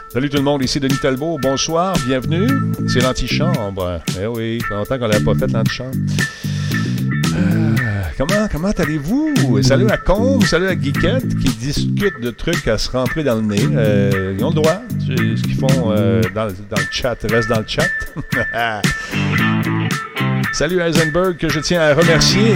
Salut tout le monde, ici Denis Talbot. Bonsoir, bienvenue. C'est l'antichambre. Eh oui, ça fait longtemps qu'on l'avait pas fait, l'antichambre. Comment allez-vous? Salut à Combe, salut à Guiquette qui discutent de trucs à se rentrer dans le nez. Ils ont le droit. Ce qu'ils font dans le chat reste dans le chat. Salut à Heisenberg que je tiens à remercier.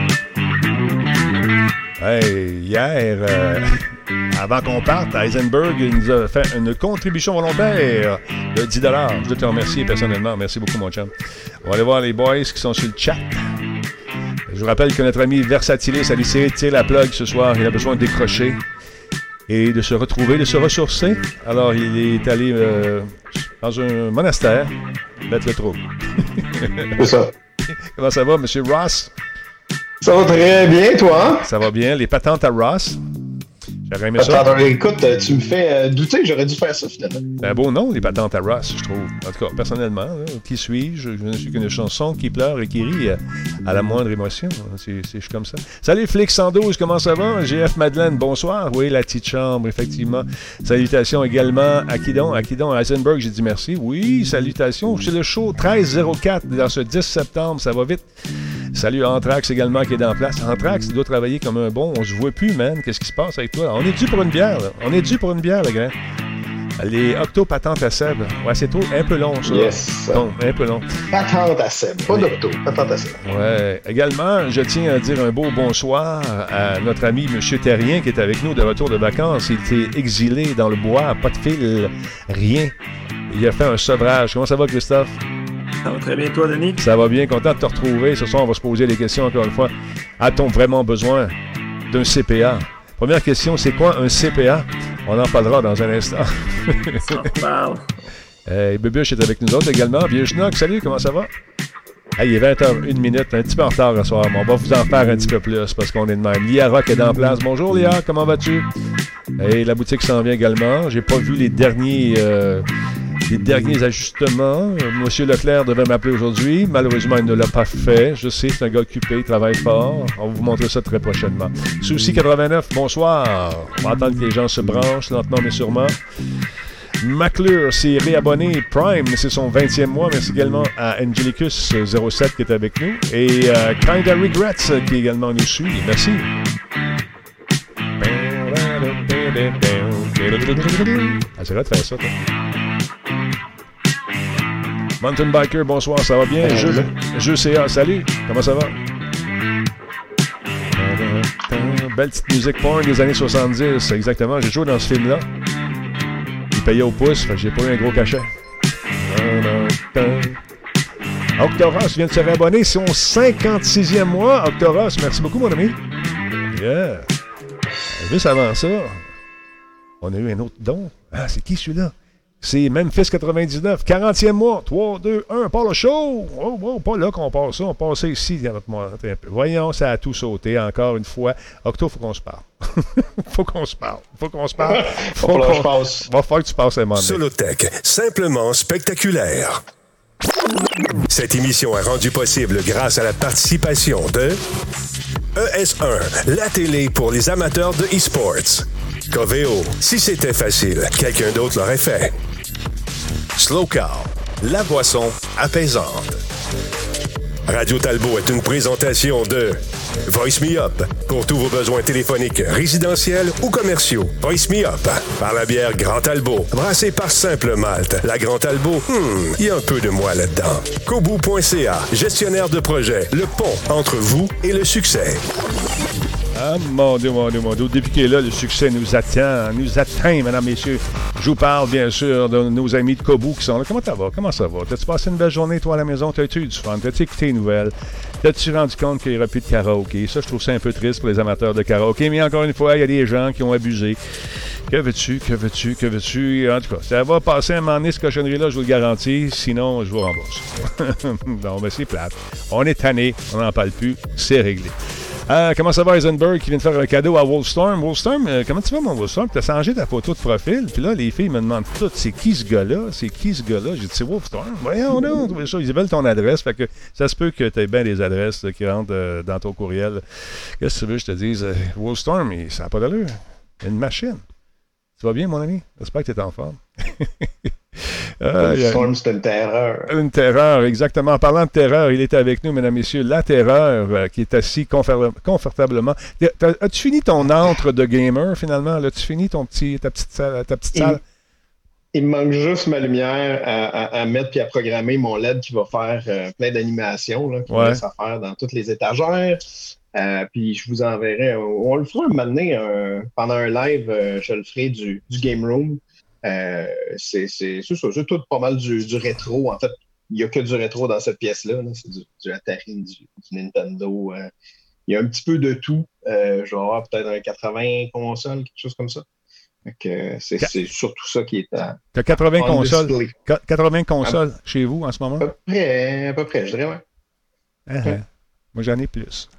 Hey, hier, avant qu'on parte, Heisenberg nous a fait une contribution volontaire de 10 $. Je dois te remercier personnellement. Merci beaucoup, mon chum. On va aller voir les boys qui sont sur le chat. Je vous rappelle que notre ami Versatilis a laissé tirer la plug ce soir. Il a besoin de décrocher et de se retrouver, de se ressourcer. Alors, il est allé dans un monastère mettre le trou. C'est ça. Comment ça va, M. Ross? Ça va très bien, toi? Ça va bien. Les patentes à Ross? J'aurais aimé ça. Attends, écoute, tu me fais douter que j'aurais dû faire ça, finalement. C'est un beau nom, les patentes à Ross, je trouve. En tout cas, personnellement, là, qui suis-je? Je ne suis qu'une chanson qui pleure et qui rit à la moindre émotion. Je suis comme ça. Salut, Flick 112, comment ça va? GF Madeleine, bonsoir. Oui, la petite chambre, effectivement. Salutations également à Kidon, à Heisenberg, j'ai dit merci. Oui, salutations. C'est le show 1304 dans ce 10 septembre, ça va vite. Salut à Anthrax également qui est dans place. Anthrax, il doit travailler comme un bon. On se voit plus, man. Qu'est-ce qui se passe avec toi? On est dû pour une bière, là. On est dû pour une bière, le grand. Les octo patentes à Seb. Ouais, c'est trop, un peu long, ça. Yes. Bon, un peu long. Patente à Seb, pas d'octo, patente à Seb. Ouais. Également, je tiens à dire un beau bonsoir à notre ami M. Terrien qui est avec nous de retour de vacances. Il était exilé dans le bois, pas de fil, rien. Il a fait un sevrage. Comment ça va, Christophe? Ça va très bien, toi, Denis? Ça va bien, content de te retrouver. Ce soir, on va se poser des questions encore une fois. A-t-on vraiment besoin d'un CPA? Première question, c'est quoi un CPA? On en parlera dans un instant. On parle. Bubuche est avec nous autres également. Vieux Schnock, salut, comment ça va? Hey, il est 20h01, un petit peu en retard ce soir, mais on va vous en faire un petit peu plus parce qu'on est de même. Lia Rock est en place. Bonjour Lia, comment vas-tu? Hey, la boutique s'en vient également. J'ai pas vu les derniers ajustements. Monsieur Leclerc devait m'appeler aujourd'hui. Malheureusement, il ne l'a pas fait. Je sais, c'est un gars occupé, il travaille fort. On va vous montrer ça très prochainement. Souci 89, bonsoir. On va attendre que les gens se branchent lentement mais sûrement. McClure s'est réabonné. Prime, c'est son 20e mois. Merci également à Angelicus07 qui est avec nous. Et Kinda Regrets qui également nous suit. Merci. Ah, c'est vrai de faire ça, toi. Mountain Biker, bonsoir, ça va bien? Jeu CA, salut, comment ça va? Belle petite musique porn des années 70, exactement. J'ai joué dans ce film-là. Il payait au pouce, fait que j'ai pas eu un gros cachet. Octoros vient de se réabonner, c'est son 56e mois. Octoros, merci beaucoup, mon ami. Yeah. Juste avant ça, on a eu un autre don. Ah, c'est qui celui-là? C'est Memphis 99, 40e mois. 3, 2, 1, part le show! Oh, pas là qu'on part ça, on passe ça ici. Voyons, ça a tout sauté encore une fois. Octo, faut qu'on se parle. Faut qu'on se parle. Va falloir que tu passes un moment. Solotech, simplement spectaculaire. Cette émission est rendue possible grâce à la participation de ES1, la télé pour les amateurs de e-sports. Coveo, si c'était facile, quelqu'un d'autre l'aurait fait. Slow Car, la boisson apaisante. Radio Talbot est une présentation de Voice Me Up, pour tous vos besoins téléphoniques, résidentiels ou commerciaux. Voice Me Up, par la bière Grand Talbot, brassée par Simple Malte. La Grand Talbot, il y a un peu de moi là-dedans. Kobu.ca, gestionnaire de projet, le pont entre vous et le succès. Ah, mon Dieu. Depuis qu'il est là, le succès nous atteint, mesdames, messieurs. Je vous parle, bien sûr, de nos amis de Kobu qui sont là. Comment ça va? T'as-tu passé une belle journée, toi, à la maison? T'as-tu eu du fun? T'as-tu écouté les nouvelles? T'as-tu rendu compte qu'il n'y aura plus de karaoké? Ça, je trouve ça un peu triste pour les amateurs de karaoké. Mais encore une fois, il y a des gens qui ont abusé. Que veux-tu? En tout cas, ça va passer un moment donné, cette cochonnerie-là, je vous le garantis. Sinon, je vous rembourse. Non, mais c'est plate. On est tanné. On n'en parle plus. C'est réglé. Comment ça va, Heisenberg, qui vient de faire un cadeau à Wolfstorm? Wolfstorm, comment tu vas, mon Wolfstorm? T'as changé ta photo de profil, puis là, les filles me demandent toutes, c'est qui ce gars-là? J'ai dit, c'est Wolfstorm. Voyons, non, ils veulent ton adresse, fait que ça se peut que tu aies bien des adresses qui rentrent dans ton courriel. Qu'est-ce que tu veux que je te dise? Wolfstorm, ça n'a pas d'allure. Une machine. Tu vas bien, mon ami? J'espère que tu es en forme. Storm, c'est une terreur. Une terreur, exactement. En parlant de terreur, il est avec nous, mesdames et messieurs. La terreur qui est assis confortablement. As-tu fini ton antre de gamer, finalement? As-tu fini ta petite salle? Il me manque juste ma lumière à mettre puis à programmer mon LED qui va faire plein d'animations là, qui me laisse à faire dans toutes les étagères. Puis je vous enverrai. On le fera un moment donné, pendant un live, je le ferai du Game Room. C'est ça, c'est tout pas mal du rétro. En fait, il n'y a que du rétro dans cette pièce-là. Là. C'est du Atari, du Nintendo. Il y a un petit peu de tout. Je vais avoir peut-être un 80 consoles, quelque chose comme ça. C'est surtout ça qui est à. Tu as 80 consoles. 80 consoles chez vous en ce moment? À peu près, je dirais, ouais. Moi, j'en ai plus.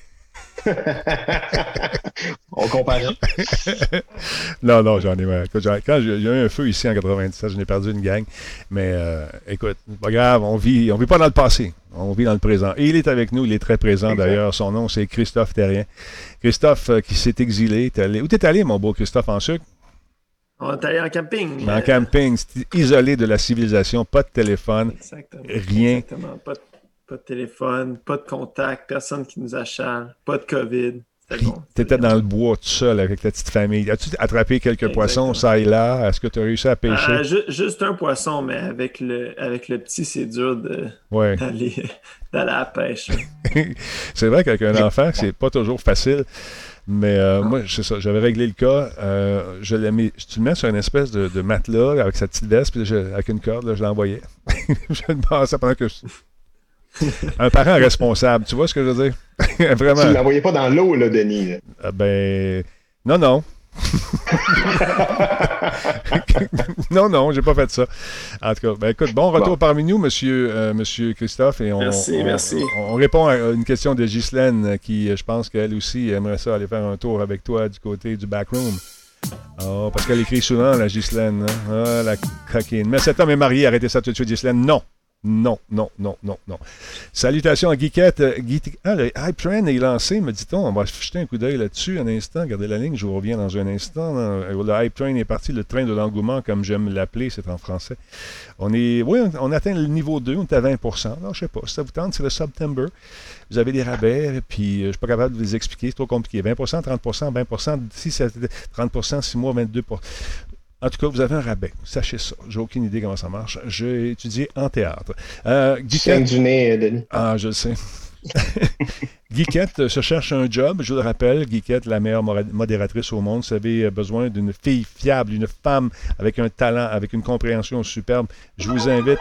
On compare. Non, j'en ai. Quand il y a eu un feu ici en 97, j'en ai perdu une gang. Mais écoute, pas grave, on vit pas dans le passé, on vit dans le présent. Et il est avec nous, il est très présent d'ailleurs. Son nom, c'est Christophe Terrien. Christophe qui s'est exilé. Où t'es allé, mon beau Christophe, en sucre? On est allé en camping. En camping, isolé de la civilisation, pas de téléphone, rien. Exactement, pas de téléphone, pas de contact, personne qui nous achale, pas de COVID. Tu étais dans le bois tout seul avec ta petite famille. As-tu attrapé quelques poissons, ça et là? Est-ce que tu as réussi à pêcher? Juste un poisson, mais avec le petit, c'est dur d'aller à la pêche. C'est vrai qu'avec un enfant, c'est pas toujours facile. Mais moi, c'est ça, j'avais réglé le cas. Tu le mets sur une espèce de matelas avec sa petite veste, puis avec une corde, là, je l'envoyais. Je le passais pendant que un parent responsable, tu vois ce que je veux dire? Vraiment. Tu ne l'envoyais pas dans l'eau, là, Denis. Non. Non, j'ai pas fait ça. En tout cas, écoute, bon retour parmi nous, monsieur Christophe. Et merci. On répond à une question de Ghislaine qui, je pense qu'elle aussi aimerait ça aller faire un tour avec toi du côté du backroom. Oh, parce qu'elle écrit souvent, la Ghislaine. Hein? Ah, la coquine. Mais cet homme est marié, arrêtez ça tout de suite, Ghislaine. Non. Salutations à Geekette. Le Hype Train est lancé, me dit-on. On va jeter un coup d'œil là-dessus un instant. Gardez la ligne, je vous reviens dans un instant. Le Hype Train est parti, le train de l'engouement, comme j'aime l'appeler, c'est en français. On atteint le niveau 2, on est à 20%. Alors, je sais pas, si ça vous tente, c'est le September. Vous avez des rabais, puis je ne suis pas capable de vous les expliquer, c'est trop compliqué. 20%, 30%, 20%, d'ici 30%, 6 mois, 22%. En tout cas, vous avez un rabais. Sachez ça. J'ai aucune idée comment ça marche. J'ai étudié en théâtre. Geekette du nez, Denis. Ah, je le sais. Geekette se cherche un job. Je vous le rappelle, Geekette, la meilleure modératrice au monde. Vous avez besoin d'une fille fiable, une femme avec un talent, avec une compréhension superbe. Je vous invite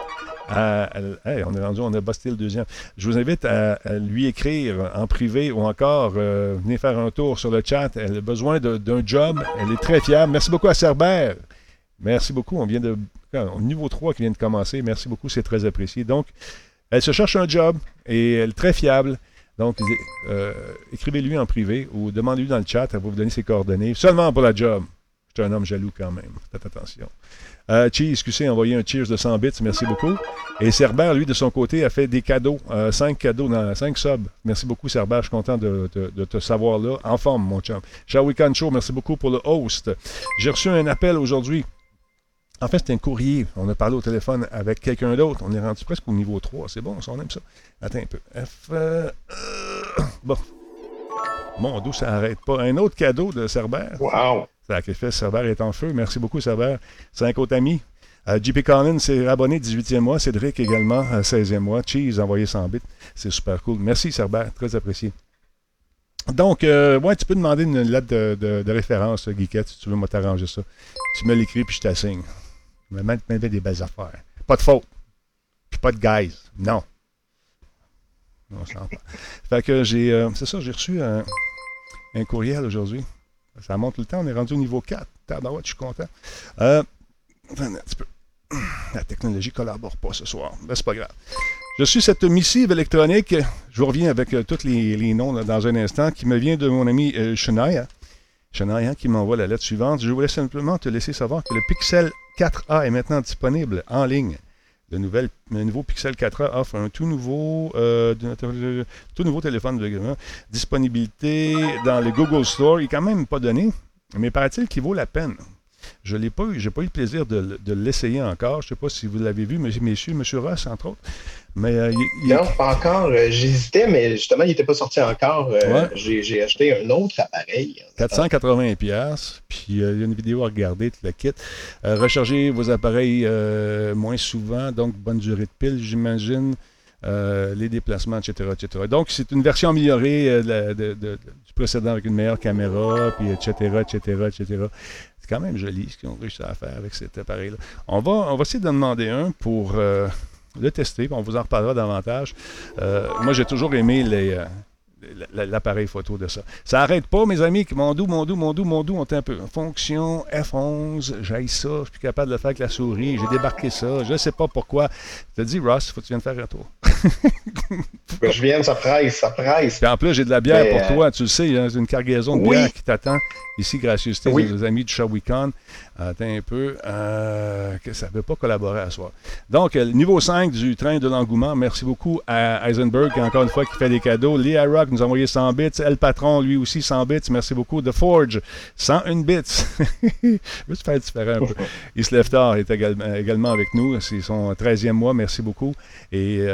on a busté le deuxième. Je vous invite à lui écrire en privé ou encore venir faire un tour sur le chat. Elle a besoin d'un job. Elle est très fiable. Merci beaucoup à Cerbère. Merci beaucoup. On vient de niveau 3 qui vient de commencer. Merci beaucoup. C'est très apprécié. Donc, elle se cherche un job et elle est très fiable. Donc, écrivez-lui en privé ou demandez-lui dans le chat. Elle va vous donner ses coordonnées. Seulement pour la job. Je suis un homme jaloux quand même. Faites attention. Cheese, QC a envoyé un cheers de 100 bits. Merci beaucoup. Et Cerbère, lui, de son côté, a fait des cadeaux. 5 cadeaux dans 5 subs. Merci beaucoup, Cerbère. Je suis content de te savoir là. En forme, mon chum. Shawikan Show, merci beaucoup pour le host. J'ai reçu un appel aujourd'hui. En fait, c'est un courrier. On a parlé au téléphone avec quelqu'un d'autre. On est rendu presque au niveau 3. C'est bon, on aime ça. Attends un peu. Bon. Mon Dieu, ça n'arrête pas. Un autre cadeau de Cerbère. Wow! Sacrifice, Cerbère est en feu. Merci beaucoup, Cerbère. 5 autres amis. JP Collins s'est abonné 18e mois. Cédric également, 16e mois. Cheese a envoyé 100 bits. C'est super cool. Merci, Cerbère. Très apprécié. Donc, tu peux demander une lettre de référence, Geekette, si tu veux, moi t'arranger ça. Tu me l'écris, puis je t'assigne. Je me mets des belles affaires. Pas de faute. Puis pas de guys. Non. Non, ça pas. Fait que c'est ça, j'ai reçu un courriel aujourd'hui. Ça monte tout le temps, on est rendu au niveau 4. Je suis content. Un petit peu. La technologie ne collabore pas ce soir. Ben, c'est pas grave. Je suis cette missive électronique. Je vous reviens avec tous les noms là, dans un instant, qui me vient de mon ami Shania. Shania qui m'envoie la lettre suivante. Je voulais simplement te laisser savoir que le Pixel 4a est maintenant disponible en ligne. Le nouveau Pixel 4a offre un tout nouveau téléphone de disponibilité dans le Google Store. Il n'est quand même pas donné, mais paraît-il qu'il vaut la peine. Je l'ai pas eu, j'ai pas eu le plaisir de l'essayer encore. Je ne sais pas si vous l'avez vu, messieurs, M. Ross, entre autres. Mais, non, pas encore. J'hésitais, mais justement, il n'était pas sorti encore. J'ai acheté un autre appareil. 480$. Puis il y a une vidéo à regarder, tu la quittes. Rechargez vos appareils moins souvent, donc bonne durée de pile, j'imagine. Les déplacements, etc., etc. Donc, c'est une version améliorée du précédent avec une meilleure caméra, puis etc., etc., etc. C'est quand même joli ce qu'ils ont réussi à faire avec cet appareil-là. On va essayer d'en demander un pour le tester, puis on vous en reparlera davantage. Moi, j'ai toujours aimé l'appareil photo de ça. Ça n'arrête pas, mes amis. Mon doux, on est un peu. Fonction F11, j'haïs ça, je suis plus capable de le faire avec la souris, j'ai débarqué ça, je ne sais pas pourquoi. Je te dis, Ross, il faut que tu viennes faire un tour. Que je vienne, ça presse. Puis en plus, j'ai de la bière pour toi, tu le sais, il y a une cargaison de bière qui t'attend. Ici, gracieuseté des amis du Shawicon. Attends un peu. Que ça ne veut pas collaborer à soi. Donc, niveau 5 du train de l'engouement. Merci beaucoup à Eisenberg, encore une fois, qui fait des cadeaux. Léa Rock nous a envoyé 100 bits. El Patron, lui aussi, 100 bits. Merci beaucoup. The Forge, 101 bits. Je veux faire différent un peu. Il se lève tard, est également avec nous. C'est son 13e mois. Merci beaucoup. Et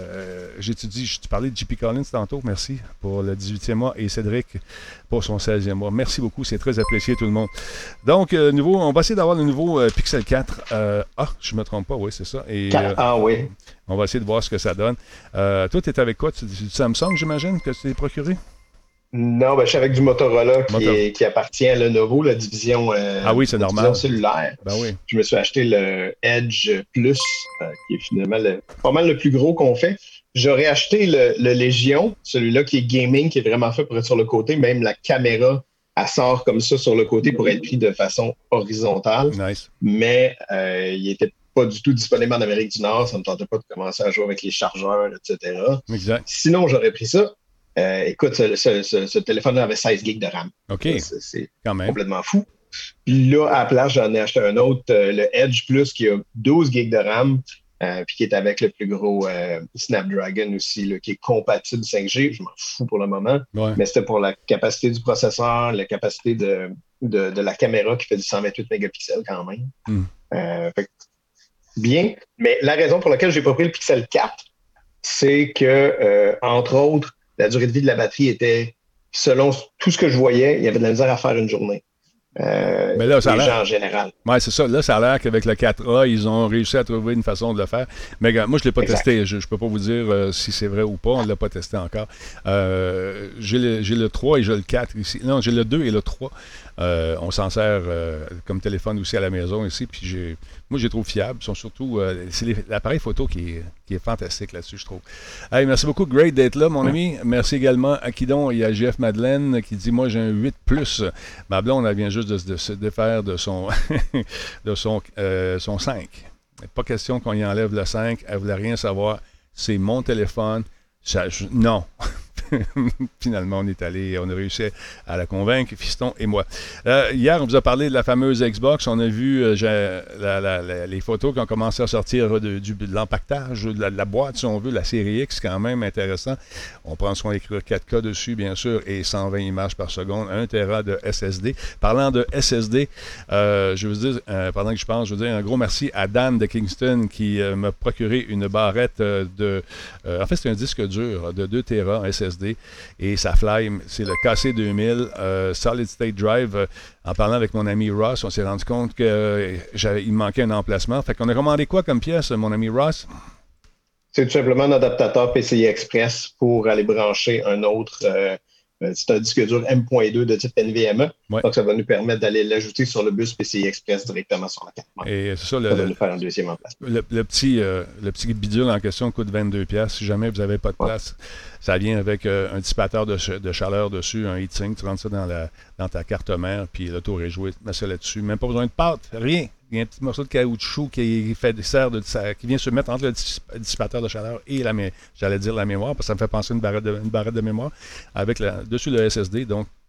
tu parlais de JP Collins tantôt. Merci pour le 18e mois. Et Cédric pour son 16e mois. Merci beaucoup. C'est très apprécié, tout le monde. Donc, on va essayer d'avoir le nouveau Pixel 4. Je ne me trompe pas, oui, c'est ça. Et, 4A, oui. On va essayer de voir ce que ça donne. Toi, tu es avec quoi? C'est du Samsung, j'imagine, que tu t'es procuré? Non, je suis avec du Motorola qui appartient à Lenovo, la division, c'est normal. Cellulaire. Ben oui. Je me suis acheté le Edge Plus, qui est finalement pas mal le plus gros qu'on fait. J'aurais acheté le Légion, celui-là qui est gaming, qui est vraiment fait pour être sur le côté. Même la caméra, elle sort comme ça sur le côté pour être pris de façon horizontale. Nice. Mais il n'était pas du tout disponible en Amérique du Nord. Ça ne me tentait pas de commencer à jouer avec les chargeurs, etc. Exact. Sinon, j'aurais pris ça. Écoute, ce téléphone-là avait 16 gigs de RAM. OK. C'est quand même complètement fou. Puis là, à la place, j'en ai acheté un autre, le Edge Plus, qui a 12 gigs de RAM, puis qui est avec le plus gros Snapdragon aussi, là, qui est compatible 5G. Je m'en fous pour le moment. Ouais. Mais c'était pour la capacité du processeur, la capacité de la caméra qui fait du 128 mégapixels quand même. Fait que, bien. Mais la raison pour laquelle je n'ai pas pris le Pixel 4, c'est que, entre autres, la durée de vie de la batterie était, selon tout ce que je voyais, il y avait de la misère à faire une journée. Mais là, ça les gens en général. Oui, c'est ça. Là, ça a l'air qu'avec le 4A, ils ont réussi à trouver une façon de le faire. Mais moi, je ne l'ai pas testé. Je ne peux pas vous dire si c'est vrai ou pas. On ne l'a pas testé encore. J'ai le 3 et j'ai le 4 ici. Non, j'ai le 2 et le 3. On s'en sert comme téléphone aussi à la maison ici. Puis moi, je les trouve fiables. Ils sont surtout. C'est l'appareil photo qui est fantastique là-dessus, je trouve. Hey, merci beaucoup, Great, d'être là, mon ami. Merci également à Kidon et à Jeff Madeleine qui dit moi, j'ai un 8+. Ma blonde, elle vient juste de se défaire de son, son 5. Pas question qu'on y enlève le 5. Elle ne voulait rien savoir. C'est mon téléphone. Non. Finalement, on a réussi à la convaincre, Fiston et moi. Hier, on vous a parlé de la fameuse Xbox. On a vu les photos qui ont commencé à sortir de l'empaquetage, de la boîte, si on veut, la série X, quand même intéressant. On prend soin d'écrire 4K dessus, bien sûr, et 120 images par seconde, 1 Tera de SSD. Parlant de SSD, je veux dire, pendant que je pense, je veux dire un gros merci à Dan de Kingston qui m'a procuré une barrette en fait, c'est un disque dur de 2 Tera SSD. Et ça fly, c'est le KC2000 Solid State Drive. En parlant avec mon ami Ross, on s'est rendu compte qu'il me manquait un emplacement. Fait qu'on a commandé quoi comme pièce, mon ami Ross? C'est tout simplement un adaptateur PCI Express pour aller brancher un autre. C'est un disque dur M.2 de type NVMe. Ouais. Donc, ça va nous permettre d'aller l'ajouter sur le bus PCI Express directement sur la carte. Et c'est ça, ça va nous faire un deuxième emplacement. Le petit bidule en question coûte 22$. Si jamais vous n'avez pas de place, ça vient avec un dissipateur de chaleur dessus, un heatsink. Tu rentres ça dans ta carte mère, puis le tour est joué. Mets ça là-dessus. Même pas besoin de pâte, rien. Il y a un petit morceau de caoutchouc qui vient se mettre entre le dissipateur de chaleur et la mémoire, parce que ça me fait penser à une barrette de mémoire, avec dessus le SSD. Donc,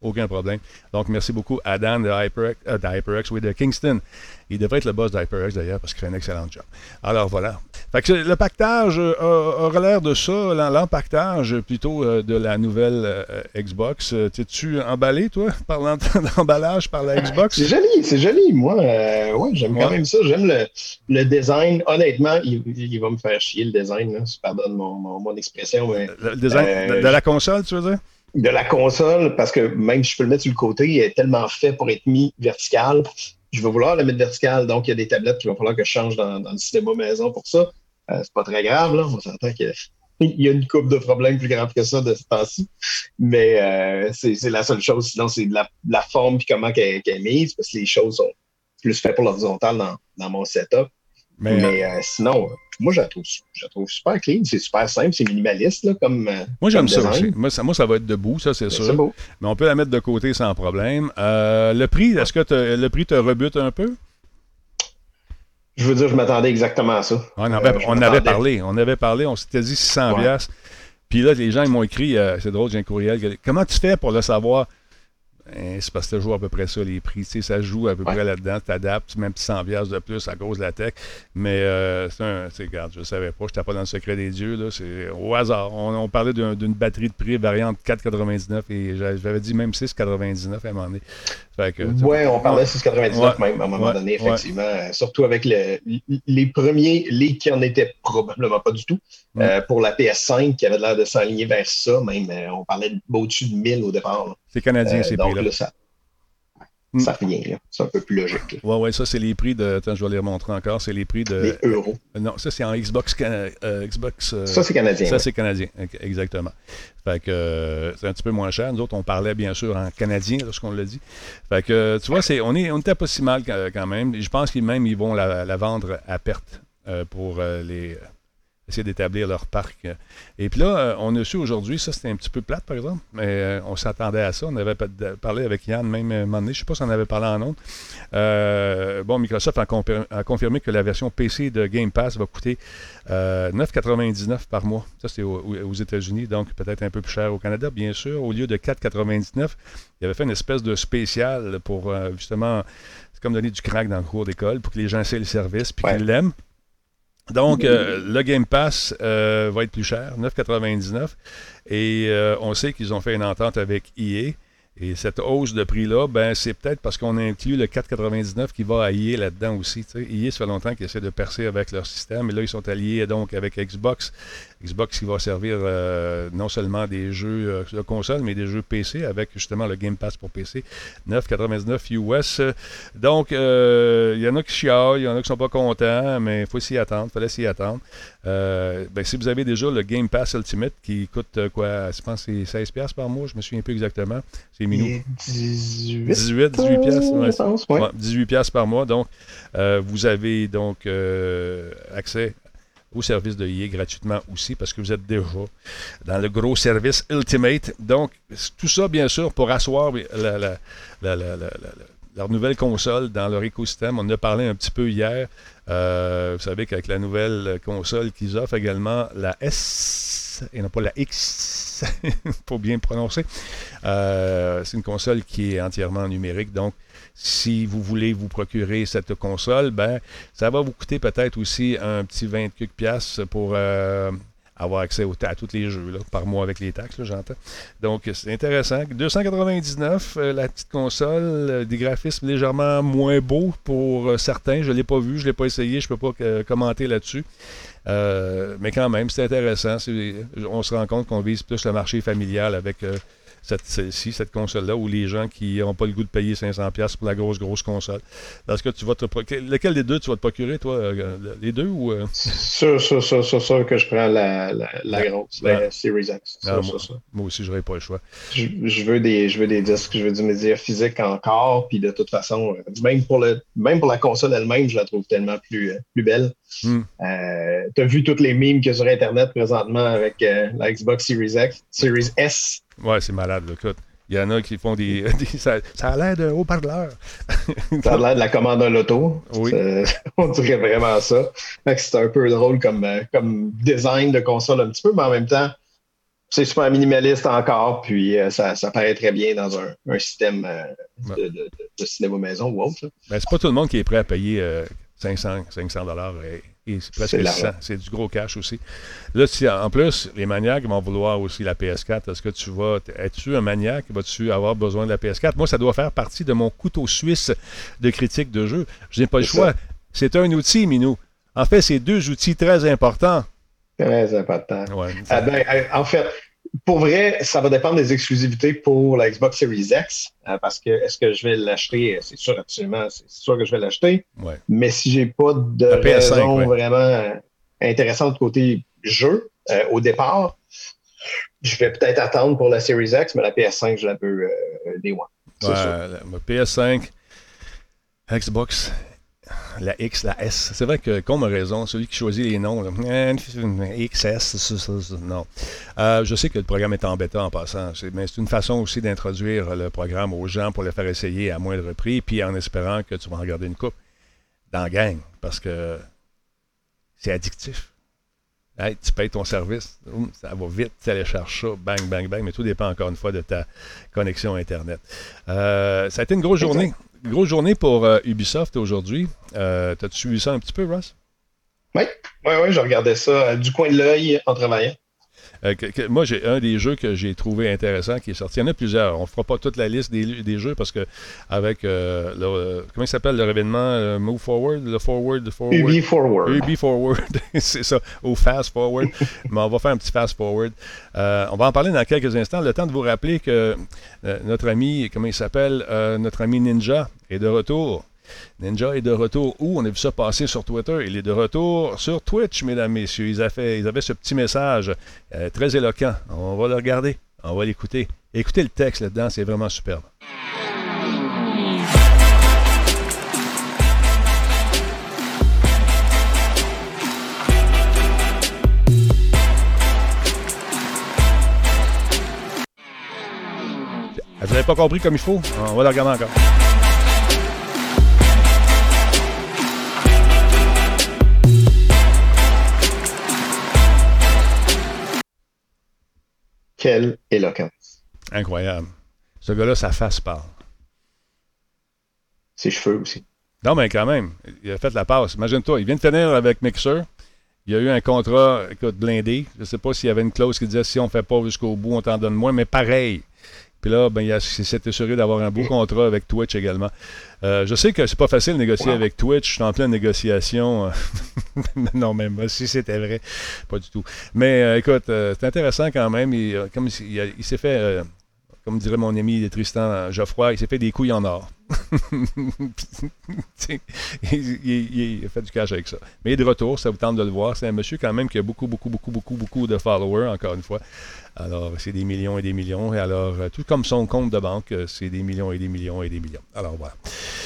Aucun problème. Donc, merci beaucoup à Dan de HyperX, de Kingston. Il devrait être le boss d'HyperX d'ailleurs parce qu'il fait un excellent job. Alors voilà. Fait que le pactage aura l'air de ça, l'empactage plutôt de la nouvelle Xbox. T'es-tu emballé, toi, parlant d'emballage par la Xbox? C'est joli. Moi, j'aime quand même ça. J'aime le design. Honnêtement, il va me faire chier le design. Là. Je pardonne mon expression. Mais, le design de la console, tu veux dire? De la console, parce que même si je peux le mettre sur le côté, il est tellement fait pour être mis vertical. Je vais vouloir le mettre vertical, donc il y a des tablettes qu'il va falloir que je change dans le système maison pour ça. C'est pas très grave, là. On s'entend qu'il y a une couple de problèmes plus graves que ça de ce temps-ci. Mais c'est la seule chose. Sinon, c'est de la forme et comment qu'elle est mise, parce que les choses sont plus faites pour l'horizontale dans mon setup. Mais sinon, moi, je la trouve super clean. C'est super simple, c'est minimaliste. Là, moi, j'aime ça aussi. Moi, ça va être debout, ça, c'est sûr. C'est beau. Mais on peut la mettre de côté sans problème. Le prix, est-ce que le prix te rebute un peu? Je veux dire, je m'attendais exactement à ça. On avait parlé, on s'était dit 600$. Ouais. Puis là, les gens ils m'ont écrit, c'est drôle, j'ai un courriel. Comment tu fais pour le savoir? C'est parce que ça joue à peu près ça, les prix. Tu sais, ça joue à peu près là-dedans. Tu t'adaptes, même 100$ de plus à cause de la tech. Mais regarde, je ne savais pas. Je n'étais pas dans le secret des dieux. Là. C'est au hasard. On parlait d'une batterie de prix variante 4,99 et j'avais dit même 6,99 à un moment donné. Oui, on parlait de 6,99 même à un moment donné, effectivement. Surtout avec les premiers leaks qui n'en étaient probablement pas du tout. Pour la PS5 qui avait l'air de s'aligner vers ça, même on parlait au-dessus de 1000 au départ. Là. C'est canadien, ces prix-là. Là, ça revient, là. C'est un peu plus logique. Oui, ça, c'est les prix de... Attends, je vais les remontrer encore. C'est les prix de... Les euros. Non, ça, c'est en Xbox... ça, c'est canadien. Ça, c'est canadien, exactement. Fait que c'est un petit peu moins cher. Nous autres, on parlait, bien sûr, en canadien, lorsqu'on l'a dit. Fait que, tu vois, on était pas si mal quand même. Je pense qu'ils vont la vendre à perte pour essayer d'établir leur parc. Et puis là, on a su aujourd'hui, ça c'était un petit peu plate par exemple, mais on s'attendait à ça. On avait parlé avec Yann même un moment donné, je ne sais pas si on avait parlé en ondes. Microsoft a confirmé que la version PC de Game Pass va coûter 9,99$ par mois. Ça c'est aux États-Unis, donc peut-être un peu plus cher au Canada, bien sûr. Au lieu de 4,99$, il avait fait une espèce de spécial pour justement, c'est comme donner du crack dans le cours d'école pour que les gens essaient le service puis qu'ils l'aiment. Donc, le Game Pass va être plus cher, 9,99$. Et on sait qu'ils ont fait une entente avec EA. Et cette hausse de prix-là, c'est peut-être parce qu'on a inclus le 4,99$ qui va à EA là-dedans aussi. T'sais. EA, ça fait longtemps qu'ils essaient de percer avec leur système. Et là, ils sont alliés donc avec Xbox. Xbox qui va servir non seulement des jeux de console, mais des jeux PC avec justement le Game Pass pour PC. 9,99$ US. Donc, il y en a qui chialent, il y en a qui sont pas contents, mais il faut s'y attendre. Il fallait s'y attendre. Si vous avez déjà le Game Pass Ultimate qui coûte je pense que c'est 16$ par mois, je me souviens plus exactement. C'est minou. 18$. 18$ par mois. Donc, vous avez donc accès au service de EA gratuitement aussi parce que vous êtes déjà dans le gros service Ultimate. Donc, tout ça, bien sûr, pour asseoir leur nouvelle console dans leur écosystème. On en a parlé un petit peu hier. Vous savez qu'avec la nouvelle console qu'ils offrent également, la S et non pas la X, pour bien prononcer, c'est une console qui est entièrement numérique. Donc, si vous voulez vous procurer cette console, ça va vous coûter peut-être aussi un petit 20 $ pour avoir accès à tous les jeux là, par mois avec les taxes, là, j'entends. Donc, c'est intéressant. 299$, la petite console, des graphismes légèrement moins beaux pour certains. Je ne l'ai pas vu, je ne l'ai pas essayé, je ne peux pas commenter là-dessus. Mais quand même, c'est intéressant. On se rend compte qu'on vise plus le marché familial avec cette console-là, où les gens qui n'ont pas le goût de payer 500$ pour la grosse console. Est-ce que tu vas lequel des deux tu vas te procurer, toi? Les deux ou... Sûr que je prends la grosse, la Series X. Moi aussi, je n'aurais pas le choix. Je veux des disques, je veux du média physique encore, puis de toute façon, même pour la console elle-même, je la trouve tellement plus belle. T'as vu toutes les memes qu'il y a sur Internet présentement avec la Xbox Series S. Ouais, c'est malade, là. Écoute, il y en a qui font ça a l'air d'un haut-parleur. Ça a l'air de la commande d'un loto. Oui. On dirait vraiment ça. Fait que c'est un peu drôle comme design de console un petit peu, mais en même temps, c'est super minimaliste encore, puis ça paraît très bien dans un système de cinéma maison ou autre. Ben, c'est pas tout le monde qui est prêt à payer 500 et c'est presque 600. C'est du gros cash aussi. Là, en plus, les maniaques vont vouloir aussi la PS4. Est-ce que es-tu un maniaque? Vas-tu avoir besoin de la PS4? Moi, ça doit faire partie de mon couteau suisse de critique de jeu. Je n'ai pas le choix. C'est un outil, Minou. En fait, c'est 2 outils très importants. Très important. Ouais, en fait, pour vrai, ça va dépendre des exclusivités pour la Xbox Series X, parce que est-ce que je vais l'acheter? C'est sûr, absolument, c'est sûr que je vais l'acheter. Ouais. Mais si j'ai pas de raison vraiment intéressante côté jeu au départ, je vais peut-être attendre pour la Series X, mais la PS5, je la veux Day One. La PS5, Xbox, la X, la S. C'est vrai que, comme a raison, celui qui choisit les noms, là, XS, non. Je sais que le programme est embêtant en passant, mais c'est une façon aussi d'introduire le programme aux gens pour le faire essayer à moindre prix, puis en espérant que tu vas en regarder une coupe dans la gang, parce que c'est addictif. Hey, tu payes ton service, ça va vite, tu allais chercher ça, bang, bang, bang, mais tout dépend encore une fois de ta connexion Internet. Ça a été une grosse journée. Une grosse journée pour Ubisoft aujourd'hui. T'as-tu suivi ça un petit peu, Russ? Oui, je regardais ça du coin de l'œil en travaillant. Moi, j'ai un des jeux que j'ai trouvé intéressant qui est sorti. Il y en a plusieurs. On ne fera pas toute la liste des jeux parce que avec comment il s'appelle leur événement Move Forward, le Forward. Ubi Forward. Ubi Forward, c'est ça, ou Fast Forward. Mais on va faire un petit Fast Forward. On va en parler dans quelques instants. Le temps de vous rappeler que notre ami, comment il s'appelle, notre ami Ninja est de retour. Ninja est de retour où? On a vu ça passer sur Twitter. Il est de retour sur Twitch, mesdames, messieurs. Ils avaient ce petit message très éloquent. On va le regarder. On va l'écouter. Écoutez le texte là-dedans, c'est vraiment superbe. Vous n'avez pas compris comme il faut? On va le regarder encore. Quelle éloquence. Incroyable. Ce gars-là, sa face parle. Ses cheveux aussi. Non, mais quand même, il a fait la passe. Imagine-toi, il vient de finir avec Mixer. Il y a eu un contrat, écoute, blindé. Je ne sais pas s'il y avait une clause qui disait si on ne fait pas jusqu'au bout, on t'en donne moins, mais pareil. Puis là, il s'est assuré d'avoir un beau contrat avec Twitch également. Je sais que c'est pas facile de négocier avec Twitch. Je suis en pleine négociation. Non, même si c'était vrai, pas du tout. Mais écoute, c'est intéressant quand même. Il s'est fait, comme dirait mon ami Tristan Geoffroy, il s'est fait des couilles en or. il a fait du cash avec ça. Mais il est de retour, ça vous tente de le voir. C'est un monsieur quand même qui a beaucoup de followers, encore une fois. Alors, c'est des millions et des millions. Et alors, tout comme son compte de banque, c'est des millions et des millions et des millions. Alors, voilà.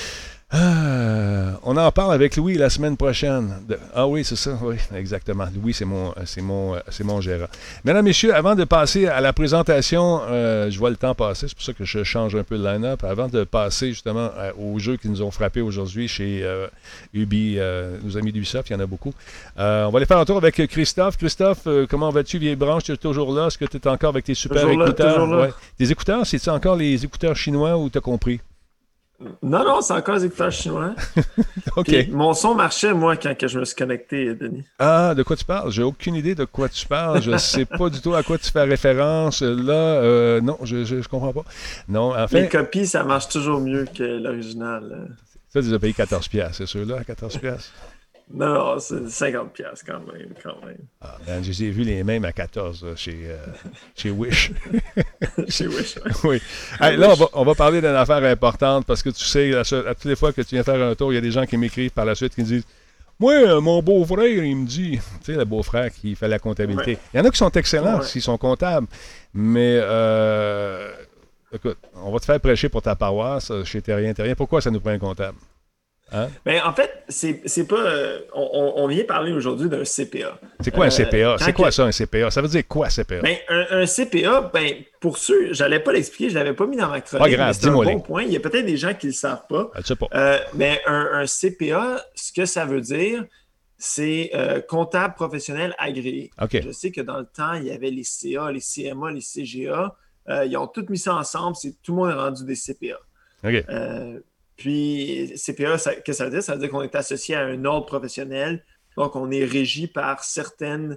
On en parle avec Louis la semaine prochaine. Ah oui, c'est ça, oui, exactement. Louis, c'est mon gérant. Mesdames, messieurs, avant de passer à la présentation, je vois le temps passer, c'est pour ça que je change un peu le line-up. Avant de passer justement aux jeux qui nous ont frappés aujourd'hui chez nos amis d'Ubisoft, il y en a beaucoup. On va aller faire un tour avec Christophe. Christophe, comment vas-tu, vieille branche? Tu es toujours là? Est-ce que tu es encore avec tes super écouteurs? Toujours là. Ouais. Tes écouteurs, c'est-tu encore les écouteurs chinois ou t'as compris? Non, c'est encore les écouteurs chinois. OK. Puis, mon son marchait, moi, quand je me suis connecté, Denis. Ah, de quoi tu parles? J'ai aucune idée de quoi tu parles. Je ne sais pas du tout à quoi tu fais référence. Là, non, je comprends pas. Non, en fait... Les copies, ça marche toujours mieux que l'original. Ça, tu as payé 14$, c'est sûr, là, à 14$? Non, c'est 50$ quand même. Ah, ben, j'ai vu les mêmes à 14 chez Wish. Chez Wish, oui. Hey, là, on va parler d'une affaire importante parce que tu sais, à toutes les fois que tu viens faire un tour, il y a des gens qui m'écrivent par la suite qui me disent « Moi, mon beau-frère, il me dit... » Tu sais, le beau-frère qui fait la comptabilité. Ouais. Il y en a qui sont excellents s'ils sont comptables, mais... écoute, on va te faire prêcher pour ta paroisse chez Terrien. Pourquoi ça nous prend un comptable? Hein? Ben, en fait, c'est pas. On vient parler aujourd'hui d'un CPA. C'est quoi un CPA? C'est quoi ça, un CPA? Ça veut dire quoi, CPA? Ben, un CPA, ben, pour ceux, j'allais pas l'expliquer, je l'avais pas mis dans ma chronique. Pas grave, c'est un bon point. Il y a peut-être des gens qui le savent pas. Je sais pas. Mais un CPA, ce que ça veut dire, c'est comptable professionnel agréé. Okay. Je sais que dans le temps, il y avait les CA, les CMA, les CGA. Ils ont tous mis ça ensemble. Tout le monde est rendu des CPA. Okay. Puis, CPA, qu'est-ce que ça veut dire? Ça veut dire qu'on est associé à un ordre professionnel. Donc, on est régi par certains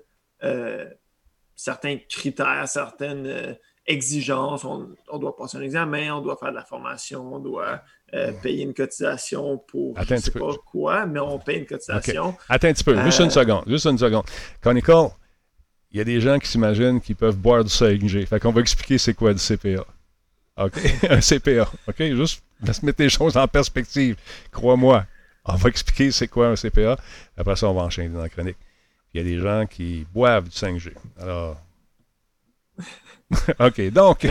critères, certaines exigences. On doit passer un examen, on doit faire de la formation, on doit payer une cotisation pour je ne sais pas quoi, mais on paye une cotisation. Okay. Attends un petit peu, juste une seconde. Conical, il y a des gens qui s'imaginent qu'ils peuvent boire du 5G. Fait qu'on va expliquer c'est quoi du CPA. OK? Un CPA. OK? Juste mettre les choses en perspective. Crois-moi. On va expliquer c'est quoi un CPA. Après ça, on va enchaîner dans la chronique. Il y a des gens qui boivent du 5G. Alors... OK, donc...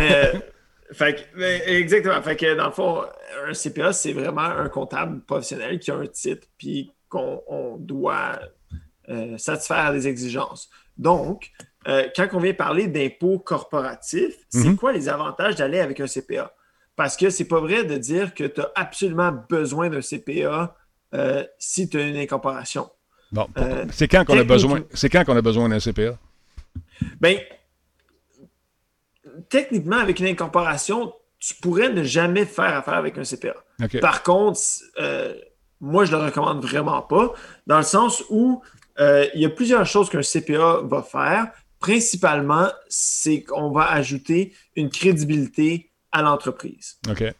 exactement. Fait que dans le fond, un CPA, c'est vraiment un comptable professionnel qui a un titre puis qu'on doit satisfaire des exigences. Donc, quand on vient parler d'impôts corporatifs, c'est quoi les avantages d'aller avec un CPA? Parce que c'est pas vrai de dire que tu as absolument besoin d'un CPA si tu as une incorporation. Bon, c'est quand qu'on a besoin d'un CPA? Bien, techniquement, avec une incorporation, tu pourrais ne jamais faire affaire avec un CPA. Okay. Par contre, moi, je le recommande vraiment pas, dans le sens où il y a plusieurs choses qu'un CPA va faire. Principalement, c'est qu'on va ajouter une crédibilité à l'entreprise. Okay.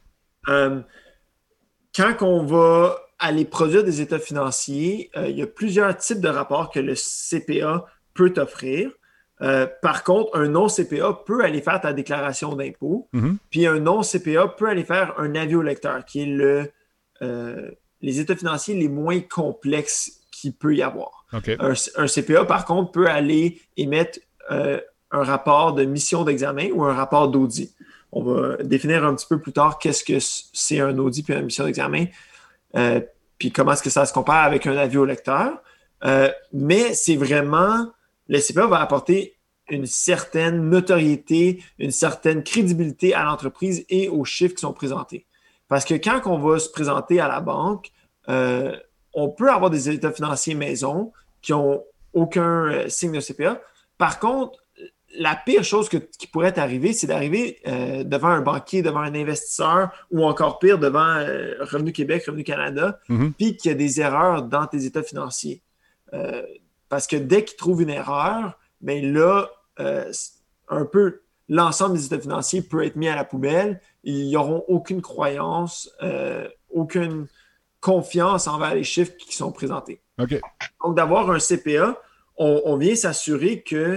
Quand on va aller produire des états financiers, il y a plusieurs types de rapports que le CPA peut t'offrir. Par contre, un non-CPA peut aller faire ta déclaration d'impôt, puis un non-CPA peut aller faire un avis au lecteur, qui est les états financiers les moins complexes qu'il peut y avoir. Okay. Un CPA, par contre, peut aller émettre un rapport de mission d'examen ou un rapport d'audit. On va définir un petit peu plus tard qu'est-ce que c'est un audit puis une mission d'examen, puis comment est-ce que ça se compare avec un avis au lecteur. Mais c'est vraiment... Le CPA va apporter une certaine notoriété, une certaine crédibilité à l'entreprise et aux chiffres qui sont présentés. Parce que quand on va se présenter à la banque, on peut avoir des états financiers maison qui n'ont aucun signe de CPA. Par contre, la pire chose qui pourrait t'arriver, c'est d'arriver devant un banquier, devant un investisseur ou encore pire, devant Revenu Québec, Revenu Canada, puis qu'il y a des erreurs dans tes états financiers. Parce que dès qu'ils trouvent une erreur, bien là, un peu l'ensemble des états financiers peut être mis à la poubelle. Ils n'auront aucune croyance, aucune confiance envers les chiffres qui sont présentés. Okay. Donc, d'avoir un CPA, on vient s'assurer que